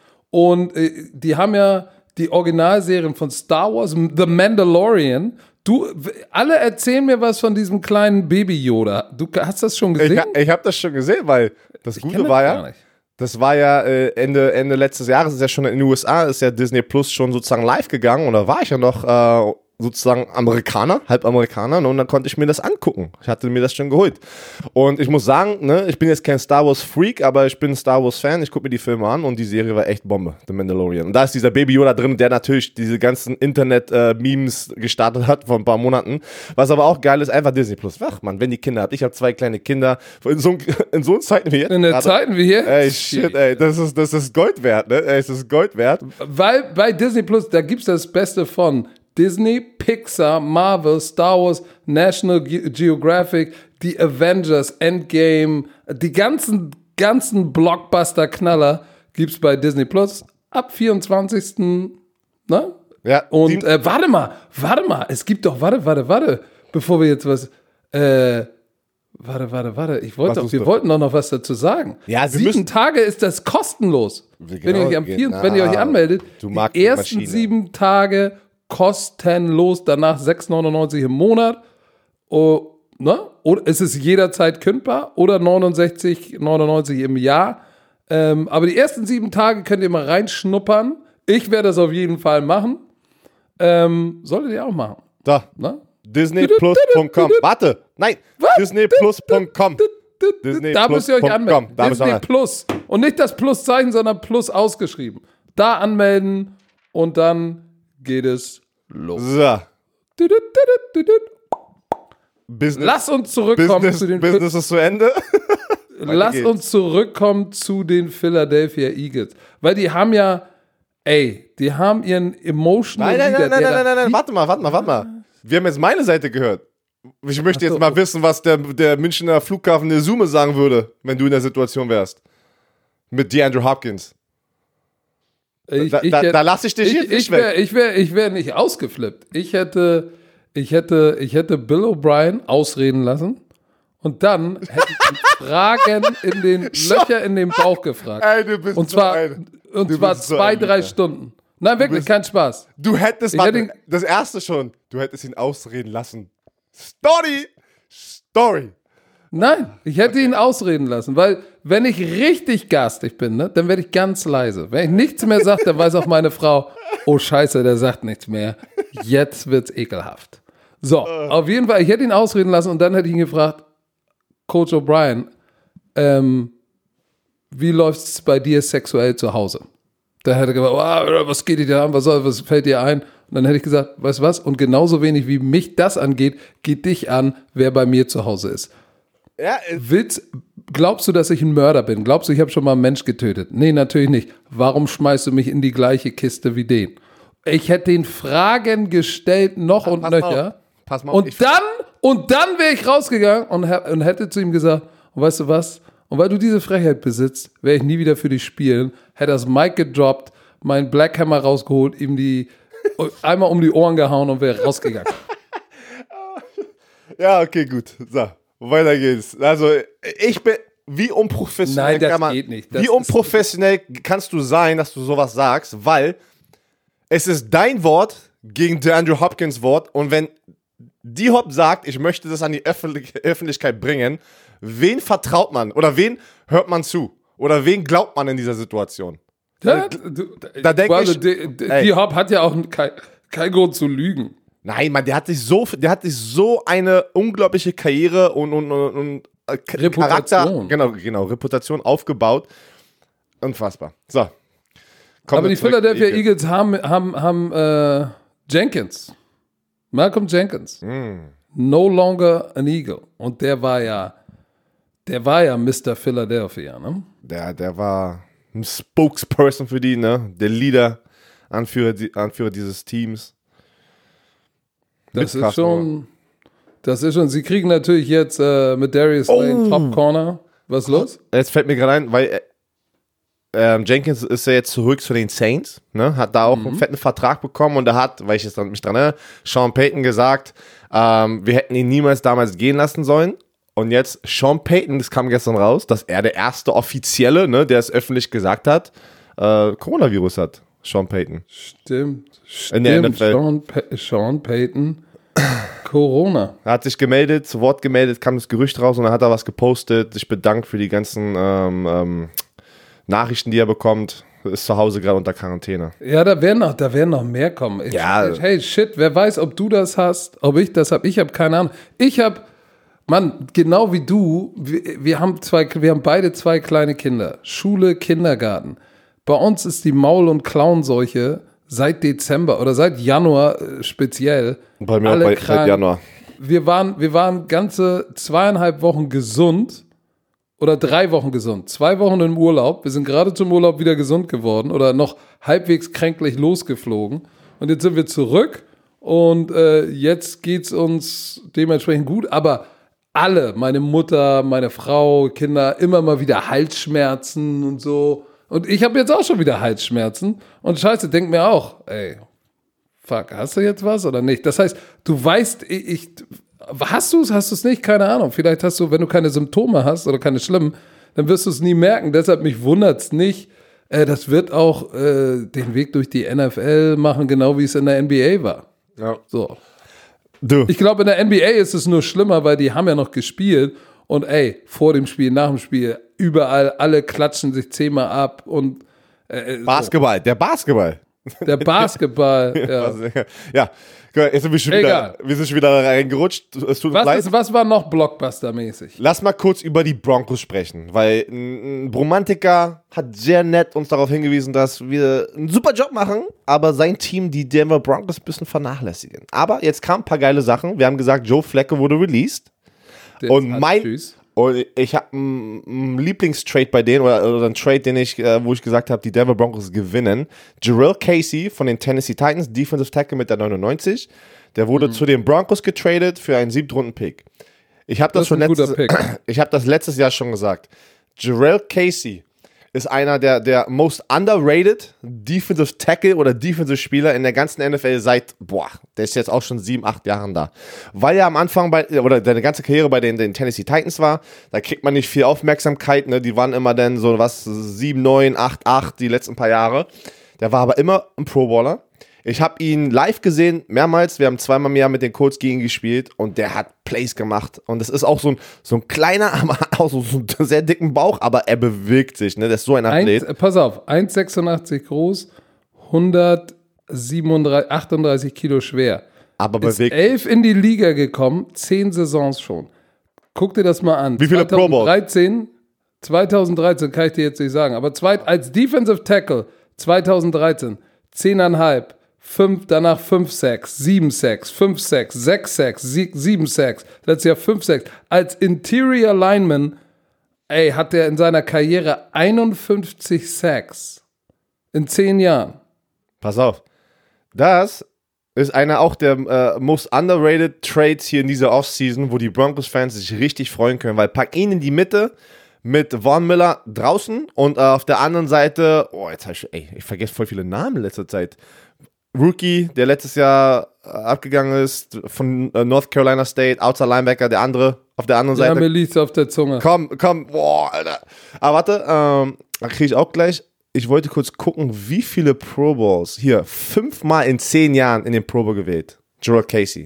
Und äh, die haben ja die Originalserien von Star Wars, The Mandalorian. Du, alle erzählen mir was von diesem kleinen Baby-Yoda. Du hast das schon gesehen? Ich, ich habe das schon gesehen, weil das Ich Gute kenn das war gar ja... nicht. Das war ja äh, Ende, Ende letztes Jahres, ist ja schon in den U S A, ist ja Disney Plus schon sozusagen live gegangen und da war ich ja noch äh, sozusagen Amerikaner, halb Amerikaner, ne, und dann konnte ich mir das angucken. Ich hatte mir das schon geholt. Und ich muss sagen, ne, ich bin jetzt kein Star Wars Freak, aber ich bin ein Star Wars Fan, ich gucke mir die Filme an und die Serie war echt Bombe, The Mandalorian. Und da ist dieser Baby Yoda drin, der natürlich diese ganzen Internet-Memes äh, gestartet hat vor ein paar Monaten. Was aber auch geil ist, einfach Disney Plus. Ach man, wenn die Kinder habt, ich habe zwei kleine Kinder, in so, in so Zeiten wie jetzt. In der gerade, Zeiten wie hier? Ey, shit, ey, das ist, das ist Gold wert, ne? Ey, es ist Gold wert. Weil bei Disney Plus, da gibt's das Beste von Disney, Pixar, Marvel, Star Wars, National Ge- Geographic, die Avengers, Endgame, die ganzen, ganzen Blockbuster-Knaller gibt's bei Disney Plus ab vierundzwanzigsten Ne? Ja, Und sieben- äh, warte mal, warte mal, es gibt doch, warte, warte, warte, bevor wir jetzt was, äh, warte, warte, warte, ich wollte Was doch, tust wir du? wollten doch noch was dazu sagen. Ja, wir Sieben müssen- Tage ist das kostenlos. Wie wenn, ihr genau euch am geht- vier, wenn ihr euch Ah, anmeldet, du magst die die ersten Maschine. sieben Tage kostenlos, danach sechs neunundneunzig im Monat. Oh, ne? Oder es ist jederzeit kündbar oder neunundsechzig neunundneunzig im Jahr. Ähm, aber die ersten sieben Tage könnt ihr mal reinschnuppern. Ich werde das auf jeden Fall machen. Ähm, solltet ihr auch machen. Da, Ne? Disney Plus Punkt com. Warte, nein, Disney Plus Punkt com. Disney Da Plus müsst ihr euch Punkt anmelden. com. Da müsst ihr Disney rein. Plus. Und nicht das Pluszeichen, sondern Plus ausgeschrieben. Da anmelden und dann geht es los. So, Business, Lass uns zurückkommen Business, zu den Business ist zu Ende. Lass geht's. uns zurückkommen zu den Philadelphia Eagles. Weil die haben ja Ey, die haben ihren emotional Nein, nein, Leader, nein, nein, der nein, da- nein, nein, warte mal, warte mal, warte mal. Wir haben jetzt meine Seite gehört. Ich möchte jetzt mal wissen, was der, der Münchner Flughafen Nesume sagen würde, wenn du in der Situation wärst. Mit DeAndre Hopkins. Ich, Da, ich da, hätte- da lasse ich dich ich, jetzt nicht ich wäre weg. ich wär, ich wär nicht ausgeflippt. Ich hätte, ich, hätte, ich hätte Bill O'Brien ausreden lassen und dann hätte ich ihn Fragen in den Löcher in den Bauch gefragt. Ey, du bist und so zwar, ein- und du zwar bist so zwei, ein drei Lügner. Stunden. Nein, wirklich, bist- kein Spaß. Du hättest, Ich warte, hätte ihn- das erste schon, du hättest ihn ausreden lassen. Story! Story! Nein, ich hätte ihn ausreden lassen, weil wenn ich richtig garstig bin, ne, dann werde ich ganz leise. Wenn ich nichts mehr sage, dann weiß auch meine Frau, oh Scheiße, der sagt nichts mehr. Jetzt wird's ekelhaft. So, auf jeden Fall, ich hätte ihn ausreden lassen und dann hätte ich ihn gefragt, Coach O'Brien, ähm, wie läuft's bei dir sexuell zu Hause? Da hätte er gesagt, oh, was geht dir da an, was, soll, was fällt dir ein? Und dann hätte ich gesagt, weißt du was? Und genauso wenig wie mich das angeht, geht dich an, wer bei mir zu Hause ist. Ja, äh, Willst, glaubst du, dass ich ein Mörder bin? Glaubst du, ich habe schon mal einen Mensch getötet? Nee, natürlich nicht. Warum schmeißt du mich in die gleiche Kiste wie den? Ich hätte den Fragen gestellt, noch und pass mal nöcher. auf. Pass mal auf, Und ich- dann, und dann wäre ich rausgegangen und, hä- und hätte zu ihm gesagt, und weißt du was? Und weil du diese Frechheit besitzt, werde ich nie wieder für dich spielen. Hätte das Mic gedroppt, meinen Black Hammer rausgeholt, ihm die einmal um die Ohren gehauen und wäre rausgegangen. ja, okay, gut. So, weiter geht's. Also, ich bin, wie unprofessionell Nein, das kann man, geht nicht. Das wie ist- unprofessionell kannst du sein, dass du sowas sagst, weil es ist dein Wort gegen DeAndre Hopkins Wort und wenn die Hop sagt, ich möchte das an die Öffentlich- Öffentlichkeit bringen, wen vertraut man oder wen hört man zu? Oder wen glaubt man in dieser Situation? Ja, du, da denk also ich- die, die, ey. die Hop hat ja auch kein, kein Grund zu lügen. Nein, Mann, der hat sich so, der hat sich so eine unglaubliche Karriere und, und, und, und äh, K- Reputation. Charakter, genau, genau, Reputation aufgebaut. Unfassbar. So. Kommen Aber wir die zurück, Philadelphia Eagles. Eagles haben, haben, haben äh, Jenkins. Malcolm Jenkins. Mm. No longer an Eagle. Und der war ja, der war ja Mister Philadelphia, ne? Der, der war ein Spokesperson für die, ne? Der Leader, Anführer, die- Anführer dieses Teams. Das Mit ist schon, das ist schon, sie kriegen natürlich jetzt äh, mit Darius Lane Top Corner. Was ist los? Jetzt fällt mir gerade ein, weil äh, ähm, Jenkins ist ja jetzt zurück zu den Saints, ne? Hat da auch Mhm. einen fetten Vertrag bekommen und da hat, weil ich jetzt mich dran erinnere, Sean Payton gesagt, ähm, wir hätten ihn niemals damals gehen lassen sollen. Und jetzt Sean Payton, das kam gestern raus, dass er der erste Offizielle, ne, der es öffentlich gesagt hat, äh, Coronavirus hat. Sean Payton. Stimmt. In der N Stimmt. F L. Sean, pa Sean Payton. Corona. Er hat sich gemeldet, zu Wort gemeldet, kam das Gerücht raus und dann hat er was gepostet, sich bedankt für die ganzen ähm, ähm, Nachrichten, die er bekommt. Ist zu Hause gerade unter Quarantäne. Ja, da werden noch, da werden noch mehr kommen. Ich, Ja. ich, hey, shit, wer weiß, ob du das hast, ob ich das habe. Ich habe keine Ahnung. Ich habe, Mann, genau wie du, wir, wir haben zwei, wir haben beide zwei kleine Kinder. Schule, Kindergarten. Bei uns ist die Maul- und Klauenseuche seit Dezember oder seit Januar äh, speziell. Bei mir auch alle bei, krank. seit Januar. Wir waren, wir waren ganze zweieinhalb Wochen gesund oder drei Wochen gesund. Zwei Wochen im Urlaub. Wir sind gerade zum Urlaub wieder gesund geworden oder noch halbwegs kränklich losgeflogen. Und jetzt sind wir zurück und äh, jetzt geht's uns dementsprechend gut. Aber alle, meine Mutter, meine Frau, Kinder, immer mal wieder Halsschmerzen und so. Und ich habe jetzt auch schon wieder Halsschmerzen. Und scheiße, denk mir auch, ey, fuck, hast du jetzt was oder nicht? Das heißt, du weißt, ich, ich hast du es, hast du es nicht? Keine Ahnung. Vielleicht hast du, wenn du keine Symptome hast oder keine schlimmen, dann wirst du es nie merken. Deshalb mich wundert es nicht. Äh, das wird auch äh, den Weg durch die N F L machen, genau wie es in der N B A war. Ja. So. Du. Ich glaube, in der N B A ist es nur schlimmer, weil die haben ja noch gespielt und ey, vor dem Spiel, nach dem Spiel, überall, alle klatschen sich zehnmal ab und äh, so. Basketball, der Basketball. Der Basketball, ja. Ja, guck mal, jetzt sind wir schon wieder, Egal. wir sind schon wieder reingerutscht. Es tut uns Was, leid. ist, was war noch Blockbuster-mäßig? Lass mal kurz über die Broncos sprechen, weil ein Bromantiker hat sehr nett uns darauf hingewiesen, dass wir einen super Job machen, aber sein Team, die Denver Broncos, ein bisschen vernachlässigen. Aber jetzt kamen ein paar geile Sachen. Wir haben gesagt, Joe Flacco wurde released. Der Und hat- mein, Tschüss. Und ich habe einen Lieblingstrade bei denen, oder, oder einen Trade, den ich, äh, wo ich gesagt habe, die Denver Broncos gewinnen. Jarrell Casey von den Tennessee Titans, Defensive Tackle mit der neunundneunzig, der wurde mhm. zu den Broncos getradet für einen Siebtrunden-Pick. Ich habe das, das schon letztes, ich hab das letztes Jahr schon gesagt. Jarrell Casey ist einer der, der most underrated Defensive Tackle oder Defensive Spieler in der ganzen N F L seit, boah, der ist jetzt auch schon sieben, acht Jahren da. Weil er am Anfang bei, oder seine ganze Karriere bei den, den Tennessee Titans war, da kriegt man nicht viel Aufmerksamkeit, ne? Die waren immer dann so was, sieben, neun, acht, acht die letzten paar Jahre. Der war aber immer ein Pro-Baller. Ich habe ihn live gesehen, mehrmals. Wir haben zweimal im Jahr mit den Colts gegen ihn gespielt und der hat Plays gemacht. Und das ist auch so ein, so ein kleiner, aber auch so, so einen sehr dicken Bauch, aber er bewegt sich. Ne? Der ist so ein Athlet. Eins, pass auf, eins Komma sechsundachtzig groß, hundertachtunddreißig Kilo schwer. Aber bewegt. Ist elf in die Liga gekommen, zehn Saisons schon. Guck dir das mal an. Wie viele Pro Bowls? zweitausenddreizehn, zweitausenddreizehn kann ich dir jetzt nicht sagen, aber zweit, als Defensive Tackle zweitausenddreizehn, zehn Komma fünf. fünf, danach fünf Sacks, sieben Sacks, fünf Sacks, sechs Sacks, sieben Sacks, letztes Jahr fünf Sacks. Als Interior Lineman, ey, hat er in seiner Karriere einundfünfzig Sacks in zehn Jahren. Pass auf, das ist einer auch der äh, most underrated Trades hier in dieser Offseason, wo die Broncos-Fans sich richtig freuen können, weil pack ihn in die Mitte mit Von Miller draußen und äh, auf der anderen Seite, oh, jetzt hab ich, ey, ich vergesse voll viele Namen in letzter Zeit. Rookie, der letztes Jahr äh, abgegangen ist von äh, North Carolina State, Outside Linebacker, der andere auf der anderen Seite. Ja, mir liegt's auf der Zunge. Komm, komm, boah, Alter. Aber warte, ähm, da kriege ich auch gleich. Ich wollte kurz gucken, wie viele Pro Bowls hier fünfmal in zehn Jahren in den Pro Bowl gewählt. Jarrell Casey.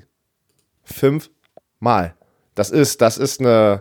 Fünfmal. Das ist, das ist eine.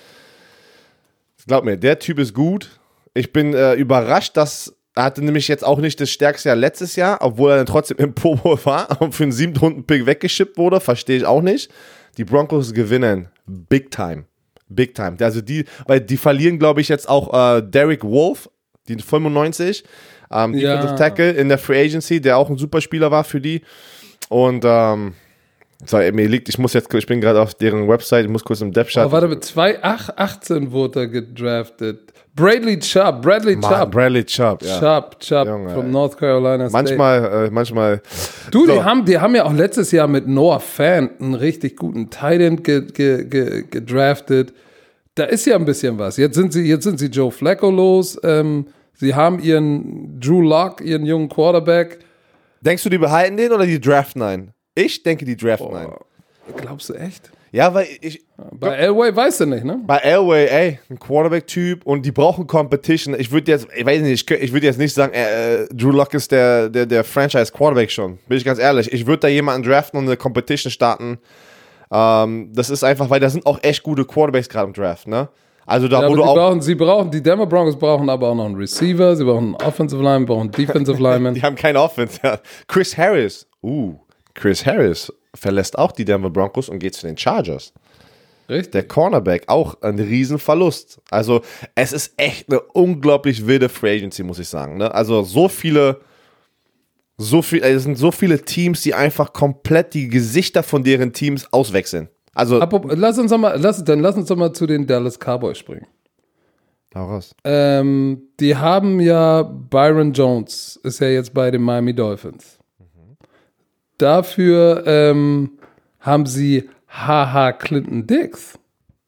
Glaub mir, der Typ ist gut. Ich bin äh, überrascht, dass er hatte nämlich jetzt auch nicht das stärkste Jahr letztes Jahr, obwohl er dann trotzdem im Pro Bowl war und für einen siebten Runden-Pick weggeschippt wurde. Verstehe ich auch nicht. Die Broncos gewinnen. Big time. Big time. Also die, weil die verlieren, glaube ich, jetzt auch äh, Derek Wolfe, die fünfundneunzig, ähm, ja. Defensive Tackle in der Free Agency, der auch ein super Spieler war für die. Und ähm, so, mir liegt, ich muss jetzt, ich bin gerade auf deren Website, ich muss kurz im Depth-Chart. Oh, warte, mit zwei achtzehn wurde er gedraftet. Bradley Chubb, Bradley Mann, Chubb. Bradley Chubb, ja. Chubb, Chubb Junge, from ey. North Carolina State. Manchmal, äh, manchmal. Du, so. die, haben, die haben ja auch letztes Jahr mit Noah Fant einen richtig guten Tight End ge, ge, ge, gedraftet. Da ist ja ein bisschen was. Jetzt sind sie, jetzt sind sie Joe Flacco los. Ähm, sie haben ihren Drew Lock, ihren jungen Quarterback. Denkst du, die behalten den oder die draften einen? Ich denke, die draften einen. Glaubst du echt? Ja, weil ich. Bei Elway weißt du nicht, ne? Bei Elway, ey, ein Quarterback-Typ und die brauchen Competition. Ich würde jetzt, ich weiß nicht, ich, ich würde jetzt nicht sagen, äh, Drew Lock ist der, der, der Franchise-Quarterback schon. Bin ich ganz ehrlich. Ich würde da jemanden draften und eine Competition starten. Ähm, das ist einfach, weil da sind auch echt gute Quarterbacks gerade im Draft, ne? Also da, ja, wo aber du sie auch. Brauchen, sie brauchen, die Denver Broncos brauchen aber auch noch einen Receiver, sie brauchen einen Offensive Lineman, brauchen einen Defensive Lineman. Die haben keine Offense, ja. Chris Harris. Uh, Chris Harris verlässt auch die Denver Broncos und geht zu den Chargers. Richtig. Der Cornerback, auch ein Riesenverlust. Also es ist echt eine unglaublich wilde Free Agency, muss ich sagen. Ne? Also so viele, so viel, es sind so viele Teams, die einfach komplett die Gesichter von deren Teams auswechseln. Also Apropos, lass uns doch mal, lass, dann lass uns doch mal zu den Dallas Cowboys springen. Hau raus. Ähm, die haben ja Byron Jones, ist ja jetzt bei den Miami Dolphins. Mhm. Dafür ähm, haben sie H H Clinton Dix.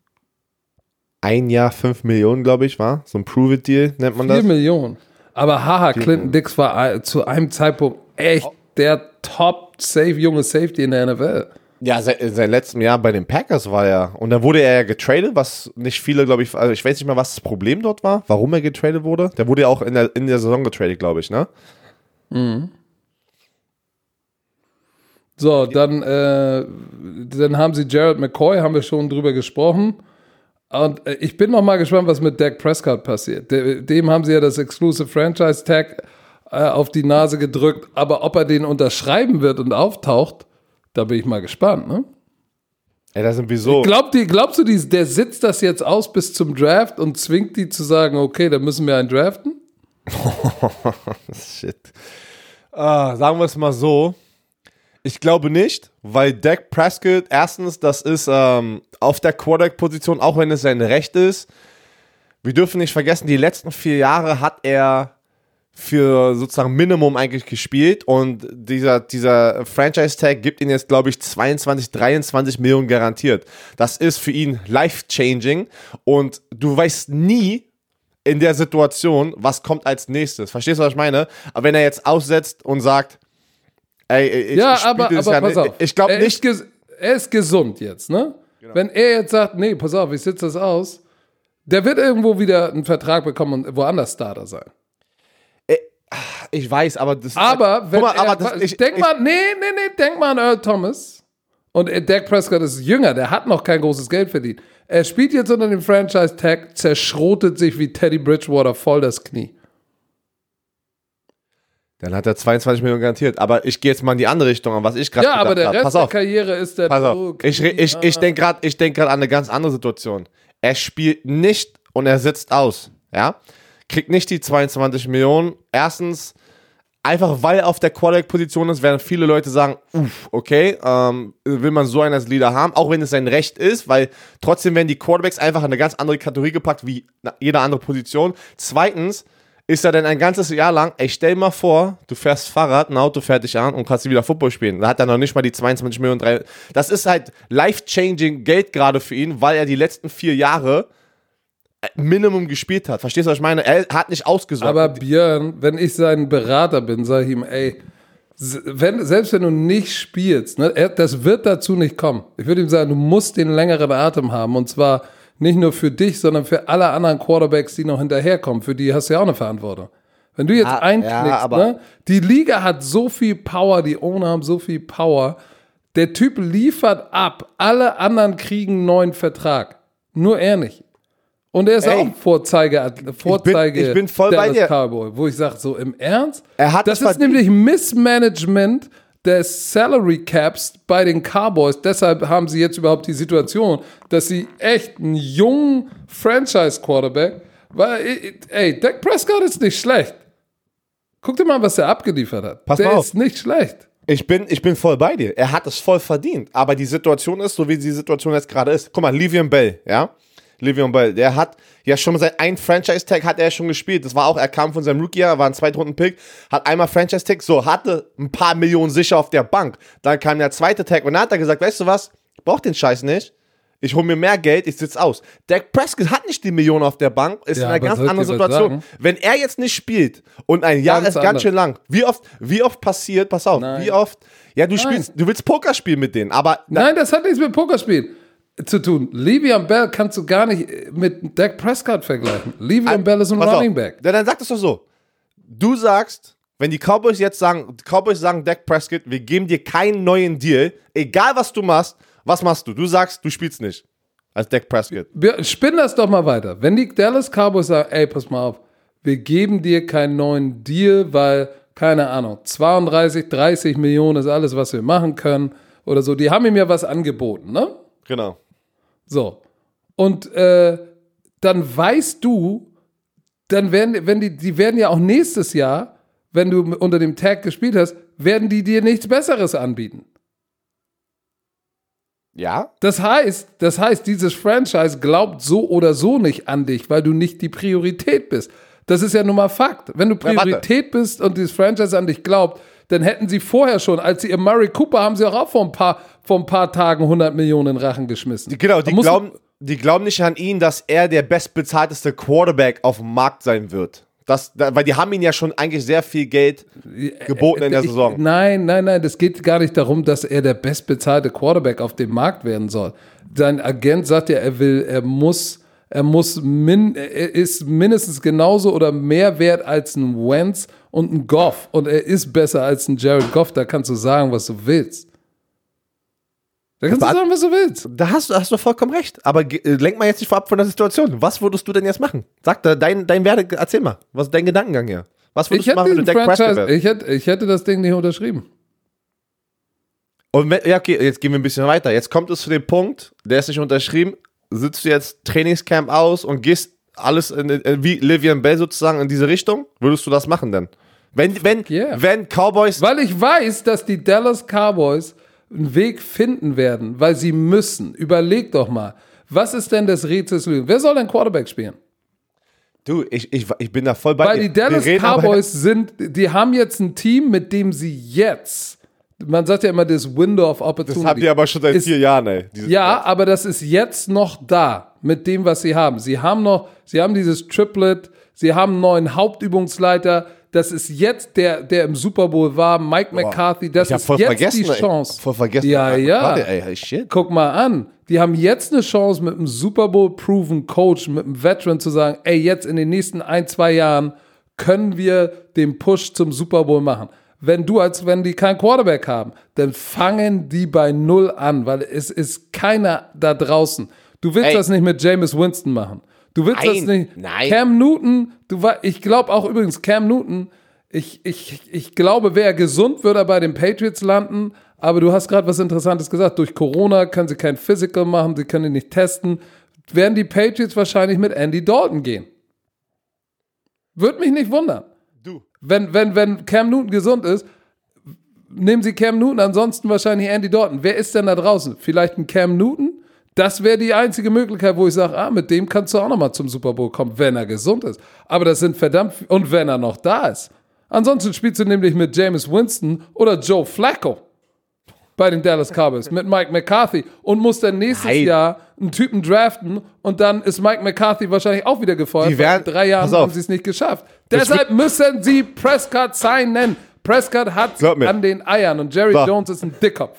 Ein Jahr, fünf Millionen, glaube ich, war. So ein Prove-It-Deal nennt man das. Vier Millionen. Aber H H Clinton Dix war zu einem Zeitpunkt echt der Top-Safe, junge Safety in der N F L. Ja, seit, seit letztem Jahr bei den Packers war er. Und dann wurde er ja getradet, was nicht viele, glaube ich, also ich weiß nicht mehr, was das Problem dort war, warum er getradet wurde. Der wurde ja auch in der, in der Saison getradet, glaube ich, ne? Mhm. So, dann, äh, dann haben sie Jared McCoy, haben wir schon drüber gesprochen. Und äh, ich bin noch mal gespannt, was mit Dak Prescott passiert. De- dem haben sie ja das Exclusive Franchise Tag äh, auf die Nase gedrückt. Aber ob er den unterschreiben wird und auftaucht, da bin ich mal gespannt, ne? Ey, da sind wir so. Glaubt die, glaubst du, die, der sitzt das jetzt aus bis zum Draft und zwingt die zu sagen, okay, dann müssen wir einen draften? Shit. Ah, sagen wir es mal so. Ich glaube nicht, weil Dak Prescott, erstens, das ist ähm, auf der Quarterback-Position, auch wenn es sein Recht ist, wir dürfen nicht vergessen, die letzten vier Jahre hat er für sozusagen Minimum eigentlich gespielt und dieser, dieser Franchise-Tag gibt ihm jetzt, glaube ich, zweiundzwanzig, dreiundzwanzig Millionen garantiert. Das ist für ihn life-changing und du weißt nie in der Situation, was kommt als nächstes. Verstehst du, was ich meine? Aber wenn er jetzt aussetzt und sagt, ey, ich, ja, ich aber, aber ja pass nicht, auf. ich glaube er nicht. Ist er ist gesund jetzt, ne? Genau. Wenn er jetzt sagt, nee, pass auf, ich sitze das aus, der wird irgendwo wieder einen Vertrag bekommen und woanders Starter sein. Ich weiß, aber das aber ist. Wenn Mal, er, aber das, ich, denk ich, mal, nee, nee, nee, denk mal an Earl Thomas. Und Dak Prescott ist jünger, der hat noch kein großes Geld verdient. Er spielt jetzt unter dem Franchise-Tag, zerschrotet sich wie Teddy Bridgewater voll das Knie. Dann hat er zweiundzwanzig Millionen garantiert. Aber ich gehe jetzt mal in die andere Richtung an, was ich gerade Ja, aber der Rest Pass der auf. Karriere ist der Pass auf. Druck. Ich, ich, ich denke gerade denk an eine ganz andere Situation. Er spielt nicht und er sitzt aus. Ja? Kriegt nicht die zweiundzwanzig Millionen. Erstens, einfach weil er auf der Quarterback-Position ist, werden viele Leute sagen, uff, okay, ähm, will man so einen als Leader haben, auch wenn es sein Recht ist, weil trotzdem werden die Quarterbacks einfach in eine ganz andere Kategorie gepackt wie jede andere Position. Zweitens ist er dann ein ganzes Jahr lang, ey, stell mal vor, du fährst Fahrrad, ein Auto fährt dich an und kannst wieder Football spielen. Da hat er noch nicht mal die zweiundzwanzig Millionen. drei Das ist halt life-changing Geld gerade für ihn, weil er die letzten vier Jahre Minimum gespielt hat. Verstehst du, was ich meine? Er hat nicht ausgesorgt. Aber Björn, wenn ich sein Berater bin, sage ich ihm, ey, wenn, selbst wenn du nicht spielst, ne, er, das wird dazu nicht kommen. Ich würde ihm sagen, du musst den längeren Atem haben und zwar nicht nur für dich, sondern für alle anderen Quarterbacks, die noch hinterherkommen. Für die hast du ja auch eine Verantwortung. Wenn du jetzt ja, einklickst, ja, ne, die Liga hat so viel Power, die Owner haben so viel Power, der Typ liefert ab, alle anderen kriegen einen neuen Vertrag. Nur er nicht. Und er ist Ey, auch Vorzeige, Vorzeige ich bin, ich bin voll Dallas bei dir. Cowboy, wo ich sage, so im Ernst? Er hat das es ist verdient. nämlich Missmanagement des Salary Caps bei den Cowboys. Deshalb haben sie jetzt überhaupt die Situation, dass sie echt einen jungen Franchise-Quarterback, weil, ey, Dak Prescott ist nicht schlecht. Guck dir mal, was er abgeliefert hat. Pass Der mal auf. ist nicht schlecht. Ich bin, ich bin voll bei dir. Er hat es voll verdient. Aber die Situation ist, so wie die Situation jetzt gerade ist. Guck mal, Le'Veon Bell, ja? Le'Veon Bell, der hat ja schon seit ein Franchise-Tag hat er schon gespielt. Das war auch, er kam von seinem Rookie-Jahr, war ein Zweitrunden-Pick, hat einmal Franchise-Tag, so, hatte ein paar Millionen sicher auf der Bank. Dann kam der zweite Tag und dann hat er gesagt, weißt du was, ich brauch den Scheiß nicht. Ich hole mir mehr Geld, ich sitze aus. Dak Prescott hat nicht die Millionen auf der Bank, ist Ja, in einer aber ganz soll ich anderen dir was Situation. sagen? Wenn er jetzt nicht spielt und ein Jahr Ganz ist ganz anders. schön lang, wie oft, wie oft passiert, pass auf, Nein. wie oft, ja, du Nein. spielst, du willst Poker spielen mit denen, aber Nein, das hat nichts mit Pokerspielen zu tun. Le'Veon Bell kannst du gar nicht mit Dak Prescott vergleichen. Le'Veon Bell ist ein Pass Running auf. Back. Ja, dann sag das doch so. Du sagst, wenn die Cowboys jetzt sagen, die Cowboys sagen Dak Prescott, wir geben dir keinen neuen Deal, egal was du machst, was machst du? Du sagst, du spielst nicht als Dak Prescott. Wir spinn das doch mal weiter. Wenn die Dallas Cowboys sagen, ey, pass mal auf, wir geben dir keinen neuen Deal, weil, keine Ahnung, zweiunddreißig, dreißig Millionen ist alles, was wir machen können oder so. Die haben ihm ja was angeboten, ne? Genau. So. Und äh, dann weißt du, dann werden, wenn die, die werden ja auch nächstes Jahr, wenn du unter dem Tag gespielt hast, werden die dir nichts Besseres anbieten. Ja? Das heißt, das heißt, dieses Franchise glaubt so oder so nicht an dich, weil du nicht die Priorität bist. Das ist ja nun mal Fakt. Wenn du Priorität ja, bist und dieses Franchise an dich glaubt, dann hätten sie vorher schon, als sie ihr Murray Cooper haben sie auch, auch vor ein paar, vor ein paar Tagen hundert Millionen in den Rachen geschmissen. Die, genau, die glauben, die glauben nicht an ihn, dass er der bestbezahlteste Quarterback auf dem Markt sein wird. Das, weil die haben ihm ja schon eigentlich sehr viel Geld geboten in der ich, Saison. Nein, nein, nein, das geht gar nicht darum, dass er der bestbezahlte Quarterback auf dem Markt werden soll. Sein Agent sagt ja, er will, er muss, er muss, min, er ist mindestens genauso oder mehr wert als ein Wentz und ein Goff. Und er ist besser als ein Jared Goff, da kannst du sagen, was du willst. Da kannst du sagen, was du willst. Da hast, hast du vollkommen recht. Aber äh, lenk mal jetzt nicht vorab von der Situation. Was würdest du denn jetzt machen? Sag da, dein, dein Werde, erzähl mal. Was ist dein Gedankengang hier? Was würdest Ich du machen, wenn du Dak Prescott wärst? ich, hätte, ich hätte das Ding nicht unterschrieben. Und wenn, ja, okay, jetzt gehen wir ein bisschen weiter. Jetzt kommt es zu dem Punkt, der ist nicht unterschrieben, sitzt du jetzt Trainingscamp aus und gehst alles in, in, wie Le'Veon Bell sozusagen in diese Richtung? Würdest du das machen denn? Wenn, wenn, Yeah. wenn Cowboys... Weil ich weiß, dass die Dallas Cowboys einen Weg finden werden, weil sie müssen. Überleg doch mal, was ist denn das Rätsels Lösung? Wer soll denn Quarterback spielen? Du, ich, ich, ich bin da voll bei Weil dir. die Dallas Wir reden aber- Cowboys sind, die haben jetzt ein Team, mit dem sie jetzt, man sagt ja immer das Window of Opportunity. Das habt ihr aber schon seit ist, vier Jahren, ey. Dieses Ja, aber das ist jetzt noch da mit dem, was sie haben. Sie haben noch, sie haben dieses Triplet, sie haben einen neuen Hauptübungsleiter. Das ist jetzt der, der im Super Bowl war, Mike McCarthy. Das ich hab ist voll jetzt vergessen, die ey. Chance. Voll vergessen. Ja, Mike ja. McCarthy, ey, shit. Guck mal an. Die haben jetzt eine Chance mit einem Super Bowl-proven Coach, mit einem Veteran zu sagen, ey, jetzt in den nächsten ein, zwei Jahren können wir den Push zum Super Bowl machen. Wenn du, als wenn die keinen Quarterback haben, dann fangen die bei Null an, weil es ist keiner da draußen. Du willst Ey. das nicht mit Jameis Winston machen. Du willst Nein, das nicht. nein. Cam Newton, du war, ich glaube auch übrigens, Cam Newton, ich, ich, ich glaube, wäre gesund, würde er bei den Patriots landen. Aber du hast gerade was Interessantes gesagt. Durch Corona können sie kein Physical machen, sie können ihn nicht testen. Werden die Patriots wahrscheinlich mit Andy Dalton gehen. Würde mich nicht wundern. Du. Wenn, wenn, wenn Cam Newton gesund ist, nehmen sie Cam Newton, ansonsten wahrscheinlich Andy Dalton. Wer ist denn da draußen? Vielleicht ein Cam Newton? Das wäre die einzige Möglichkeit, wo ich sage, ah, mit dem kannst du auch nochmal zum Super Bowl kommen, wenn er gesund ist. Aber das sind verdammt, und wenn er noch da ist. Ansonsten spielst du nämlich mit Jameis Winston oder Joe Flacco bei den Dallas Cowboys mit Mike McCarthy und musst dann nächstes Nein. Jahr einen Typen draften und dann ist Mike McCarthy wahrscheinlich auch wieder gefeuert. Die werden- weil in drei Jahren pass auf. haben sie es nicht geschafft. Das Deshalb müssen sie Prescott signen. Prescott hat Glaub mir. an den Eiern und Jerry So. Jones ist ein Dickkopf.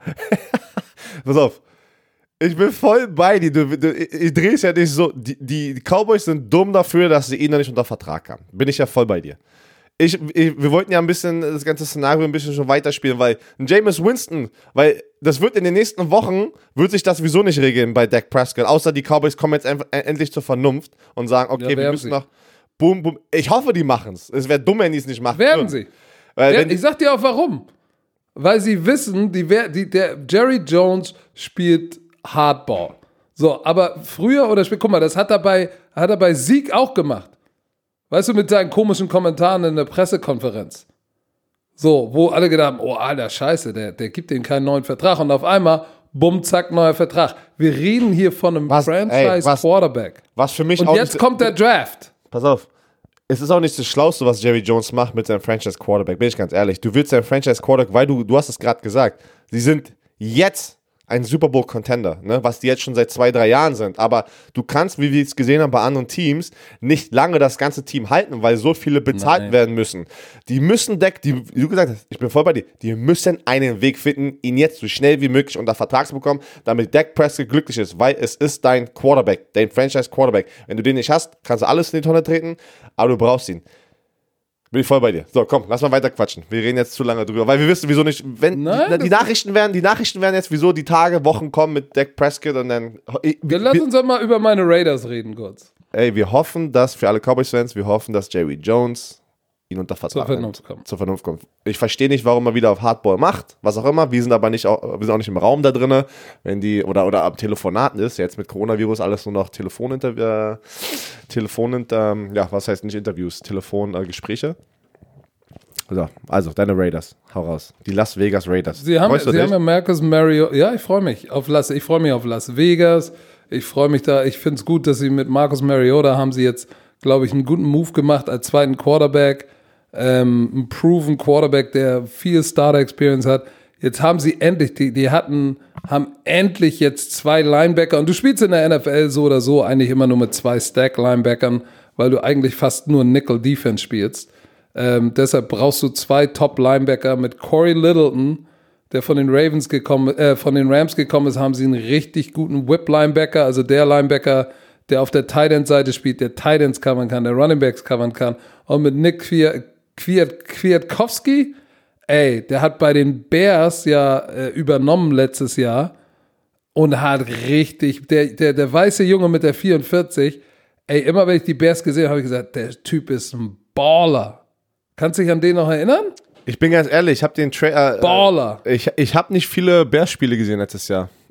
Pass auf. Ich bin voll bei dir. Du, du, ich drehe es ja nicht so. Die, die Cowboys sind dumm dafür, dass sie ihn noch nicht unter Vertrag haben. Bin ich ja voll bei dir. Ich, ich, wir wollten ja ein bisschen das ganze Szenario ein bisschen schon weiterspielen, weil ein Jameis Winston, weil das wird in den nächsten Wochen, wird sich das sowieso nicht regeln bei Dak Prescott, außer die Cowboys kommen jetzt einfach endlich zur Vernunft und sagen, okay, Ja, wir werden müssen sie. noch, boom, boom. Ich hoffe, die machen es. Es wäre dumm, wenn die es nicht machen Werden würden. sie. Weil Ja, wenn, ich sag dir auch warum. Weil sie wissen, die, wer- die, der Jerry Jones spielt Hardball. So, aber früher oder später, guck mal, das hat er bei, hat er bei Sieg auch gemacht. Weißt du, mit seinen komischen Kommentaren in der Pressekonferenz. So, wo alle gedacht haben, oh, alter Scheiße, der, der gibt denen keinen neuen Vertrag. Und auf einmal, bumm, zack, neuer Vertrag. Wir reden hier von einem Was- ey, was- Franchise-Quarterback. was für mich Und auch jetzt nicht, kommt der Draft. Pass auf. Es ist auch nicht das Schlauste, was Jerry Jones macht mit seinem Franchise Quarterback, bin ich ganz ehrlich. Du willst deinen Franchise Quarterback, weil du, du hast es gerade gesagt, sie sind jetzt ein Super Bowl Contender, ne, was die jetzt schon seit zwei, drei Jahren sind. Aber du kannst, wie wir es gesehen haben bei anderen Teams, nicht lange das ganze Team halten, weil so viele bezahlt Nein. werden müssen. Die müssen Deck, die, wie du gesagt hast, ich bin voll bei dir, die müssen einen Weg finden, ihn jetzt so schnell wie möglich unter Vertrag zu bekommen, damit Dak Prescott glücklich ist, weil es ist dein Quarterback, dein Franchise Quarterback. Wenn du den nicht hast, kannst du alles in die Tonne treten, aber du brauchst ihn. Bin ich voll bei dir. So, komm, lass mal weiter quatschen. Wir reden jetzt zu lange drüber, weil wir wissen wieso nicht, wenn Nein, die, die das Nachrichten werden, die Nachrichten werden jetzt, wieso die Tage, Wochen kommen mit Dak Prescott und dann ich, Dann lass wir, uns doch mal über meine Raiders reden kurz. ey, wir hoffen, dass für alle Cowboys-Fans, wir hoffen, dass Jerry Jones ihn unter Vertrag Zur Vernunft nimmt. kommt. Zur Vernunft kommt. Ich verstehe nicht, warum er wieder auf Hardball macht, was auch immer. Wir sind aber nicht, auch, wir sind auch nicht im Raum da drin, wenn die, oder, oder am Telefonaten ist, jetzt mit Coronavirus alles nur noch Telefoninter, äh, Telefoninter, ja, was heißt nicht Interviews, Telefongespräche. So, also, deine Raiders, hau raus. Die Las Vegas Raiders. Sie haben, Freust du Sie dich? haben ja Marcus Mariota. Ja, ich freue mich auf Las. Ich freue mich auf Las Vegas. Ich freue mich da. Ich finde es gut, dass Sie mit Marcus Mariota haben Sie jetzt, glaube ich, einen guten Move gemacht als zweiten Quarterback. Ähm, einen proven Quarterback, der viel Starter-Experience hat. Jetzt haben Sie endlich, die, die hatten, haben endlich jetzt zwei Linebacker. Und du spielst in der N F L so oder so eigentlich immer nur mit zwei Stack-Linebackern, weil du eigentlich fast nur Nickel-Defense spielst. Ähm, deshalb brauchst du zwei Top-Linebacker mit Corey Littleton, der von den Ravens gekommen, äh, von den Rams gekommen ist, haben sie einen richtig guten Whip-Linebacker, also der Linebacker, der auf der Tight End-Seite spielt, der Tight Ends covern kann, der Running Backs covern kann. Und mit Nick Kwiat, Kwiat, Kwiatkowski, ey, der hat bei den Bears ja äh, übernommen letztes Jahr und hat richtig, der, der, der weiße Junge mit der vierundvierzig, ey, immer wenn ich die Bears gesehen habe, habe ich gesagt, der Typ ist ein Baller. Kannst du dich an den noch erinnern? Ich bin ganz ehrlich, ich habe den Tra- äh, Baller. Ich, ich habe nicht viele Bears-Spiele gesehen letztes Jahr.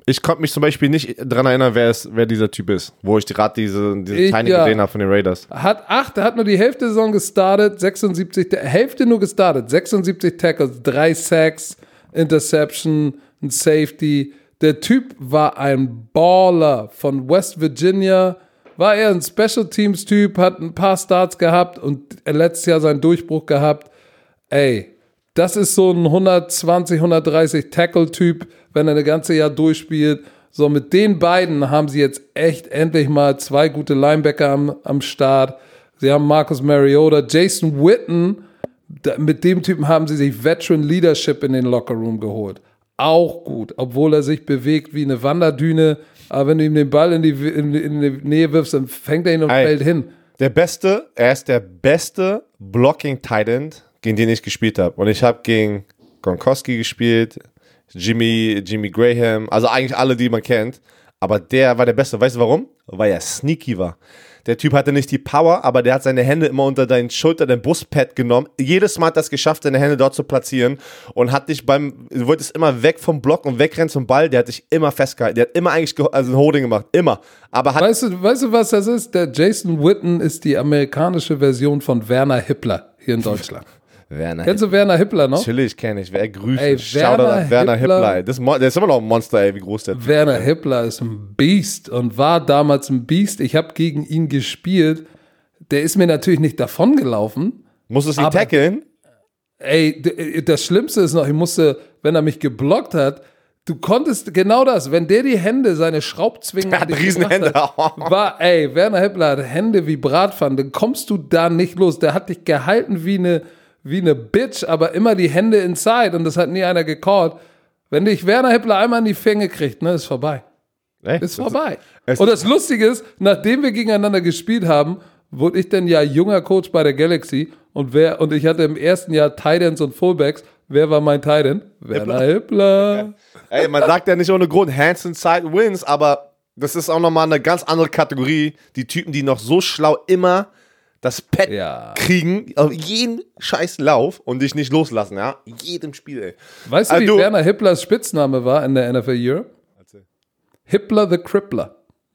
Ich konnte mich zum Beispiel nicht dran erinnern, wer, es, wer dieser Typ ist, wo ich gerade diese, diese Ich, Tiny ja. gesehen habe von den Raiders. Hat acht, hat nur die Hälfte der Saison gestartet, sechsundsiebzig, Hälfte nur gestartet, sechsundsiebzig Tackles, drei Sacks, Interception, ein Safety. Der Typ war ein Baller von West Virginia, war eher ein Special Teams Typ, hat ein paar Starts gehabt und letztes Jahr seinen Durchbruch gehabt. Ey, das ist so ein hundertzwanzig, hundertdreißig Tackle-Typ, wenn er eine ganze Jahr durchspielt. So, mit den beiden haben sie jetzt echt endlich mal zwei gute Linebacker am, am Start. Sie haben Marcus Mariota, Jason Witten. Da, mit dem Typen haben sie sich Veteran Leadership in den Lockerroom geholt. Auch gut, obwohl er sich bewegt wie eine Wanderdüne. Aber wenn du ihm den Ball in die, in, in die Nähe wirfst, dann fängt er ihn und Ey, fällt hin. Der beste, er ist der beste Blocking-Tight End, gegen den ich gespielt habe. Und ich habe gegen Gronkowski gespielt, Jimmy, Jimmy Graham, also eigentlich alle, die man kennt. Aber der war der Beste. Weißt du warum? Weil er sneaky war. Der Typ hatte nicht die Power, aber der hat seine Hände immer unter deinen Schulter, dein Brustpad genommen. Jedes Mal hat er es geschafft, seine Hände dort zu platzieren und hat dich beim, du wolltest immer weg vom Block und wegrennen zum Ball, der hat dich immer festgehalten. Der hat immer eigentlich ge- also ein Holding gemacht, immer. Aber hat Weißt du, weißt du, was das ist? Der Jason Witten ist die amerikanische Version von Werner Hippler hier in Deutschland. Werner Kennst du Werner Hippler noch? Natürlich kenne ich. Wer grüßt? Ey, Shoutout Werner an Werner Hippler. Hippler. Das ist, Mo- der ist immer noch ein Monster, ey, wie groß der ist. Werner Hippler ist ein Biest und war damals ein Biest. Ich habe gegen ihn gespielt. Der ist mir natürlich nicht davongelaufen. Musstest du ihn Aber- tackeln? Ey, d- das Schlimmste ist noch, ich musste, wenn er mich geblockt hat, du konntest, genau das, wenn der die Hände, seine Schraubzwingen Der an hat dich Riesenhände. gemacht hat, war, ey, Werner Hippler hat Hände wie Bratpfannen, dann kommst du da nicht los. Der hat dich gehalten wie eine, wie eine Bitch, aber immer die Hände inside und das hat nie einer gecallt. Wenn dich Werner Hippler einmal in die Fänge kriegt, ne, ist vorbei. Ey, Ist das- vorbei. es- Und das Lustige ist, nachdem wir gegeneinander gespielt haben, wurde ich dann ja junger Coach bei der Galaxy und wer und ich hatte im ersten Jahr Tight Ends und Fullbacks. Wer war mein Tight End? Werner Hippler. Ey, man sagt ja nicht ohne Grund, Hands inside wins, aber das ist auch nochmal eine ganz andere Kategorie. Die Typen, die noch so schlau immer das Pad Ja. kriegen, auf jeden scheiß Lauf und dich nicht loslassen, ja? Jedem Spiel, ey. Weißt du, Ah, wie du- Werner Hipplers Spitzname war in der N F L Europe? Hippler the Crippler.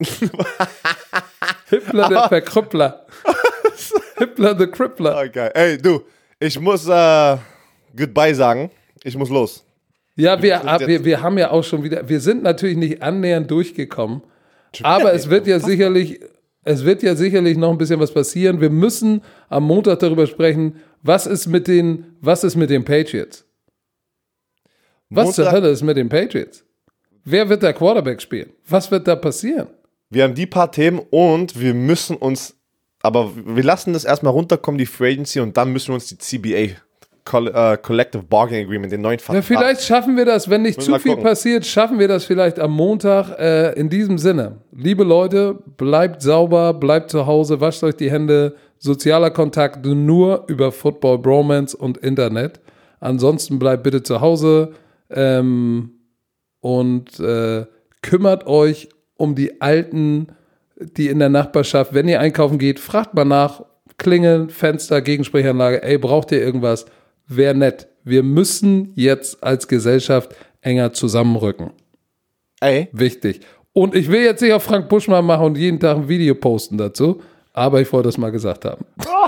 Hippler der Verkrüppler. Hippler the Crippler. Okay. Ey, du, ich muss äh, Goodbye sagen. Ich muss los. Ja, wir, jetzt- wir, wir haben ja auch schon wieder, wir sind natürlich nicht annähernd durchgekommen, aber es wird ja sicherlich, es wird ja sicherlich noch ein bisschen was passieren. Wir müssen am Montag darüber sprechen, was ist mit den, was ist mit den Patriots? Was zur Montag- Hölle ist mit den Patriots? Wer wird da Quarterback spielen? Was wird da passieren? Wir haben die paar Themen und wir müssen uns, aber wir lassen das erstmal runterkommen, die Free Agency, und dann müssen wir uns die C B A, Coll äh, Collective Bargaining Agreement, den neuen Vertrag. Ja, vielleicht schaffen wir das, wenn nicht Müssen zu wir viel gucken. passiert, schaffen wir das vielleicht am Montag. Äh, in diesem Sinne, liebe Leute, bleibt sauber, bleibt zu Hause, wascht euch die Hände. Sozialer Kontakt nur über Football, Bromance und Internet. Ansonsten bleibt bitte zu Hause ähm, und äh, kümmert euch um die Alten, die in der Nachbarschaft, wenn ihr einkaufen geht, fragt mal nach, klingeln, Fenster, Gegensprechanlage, ey, braucht ihr irgendwas? Wäre nett. Wir müssen jetzt als Gesellschaft enger zusammenrücken. Ey, Wichtig. Und ich will jetzt nicht auf Frank Buschmann machen und jeden Tag ein Video posten dazu, aber ich wollte das mal gesagt haben.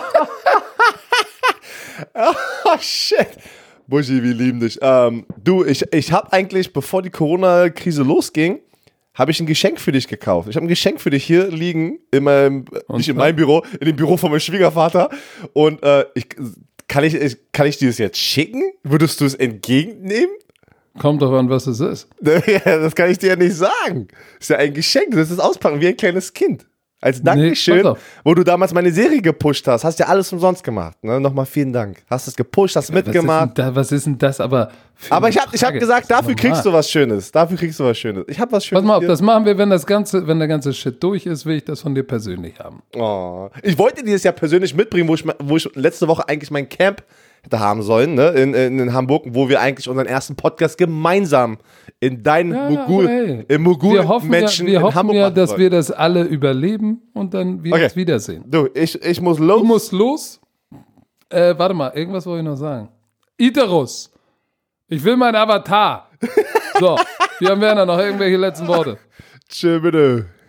oh shit. Buschi, wir lieben dich. Ähm, du, ich, ich habe eigentlich, bevor die Corona-Krise losging, habe ich ein Geschenk für dich gekauft. Ich habe ein Geschenk für dich hier liegen, in meinem, nicht in meinem Büro, in dem Büro von meinem Schwiegervater. Und äh, ich, kann, ich, ich, kann ich dir das jetzt schicken? Würdest du es entgegennehmen? Kommt doch an, was es ist. Ja, das kann ich dir ja nicht sagen. Das ist ja ein Geschenk, das ist auspacken wie ein kleines Kind. Als Dankeschön, pass auf. wo du damals meine Serie gepusht hast. Hast ja alles umsonst gemacht. Ne? Nochmal vielen Dank. Hast es gepusht, hast Was ist, denn mitgemacht. da, was ist denn das aber? für Aber eine ich habe ich hab Frage? gesagt, Das ist dafür kriegst du normal. was Schönes. Dafür kriegst du was Schönes. Ich habe was Schönes. Pass mal auf, hier. das machen wir, wenn das ganze, wenn der ganze Shit durch ist, will ich das von dir persönlich haben. Oh. Ich wollte dir das ja persönlich mitbringen, wo ich, wo ich letzte Woche eigentlich mein Camp hätte haben sollen, ne? in, in, in Hamburg, wo wir eigentlich unseren ersten Podcast gemeinsam in deinen Ja, Mogul, aber hey, im Mogul wir hoffen Menschen ja, wir in hoffen Hamburg ja machen dass wollen. wir das alle überleben und dann wir Okay. uns wiedersehen. Du, ich, ich muss los. Du musst los. Äh, warte mal, irgendwas wollte ich noch sagen. Iterus. Ich will meinen Avatar. So. Björn Werner, noch irgendwelche letzten Worte? Tschö, bitte.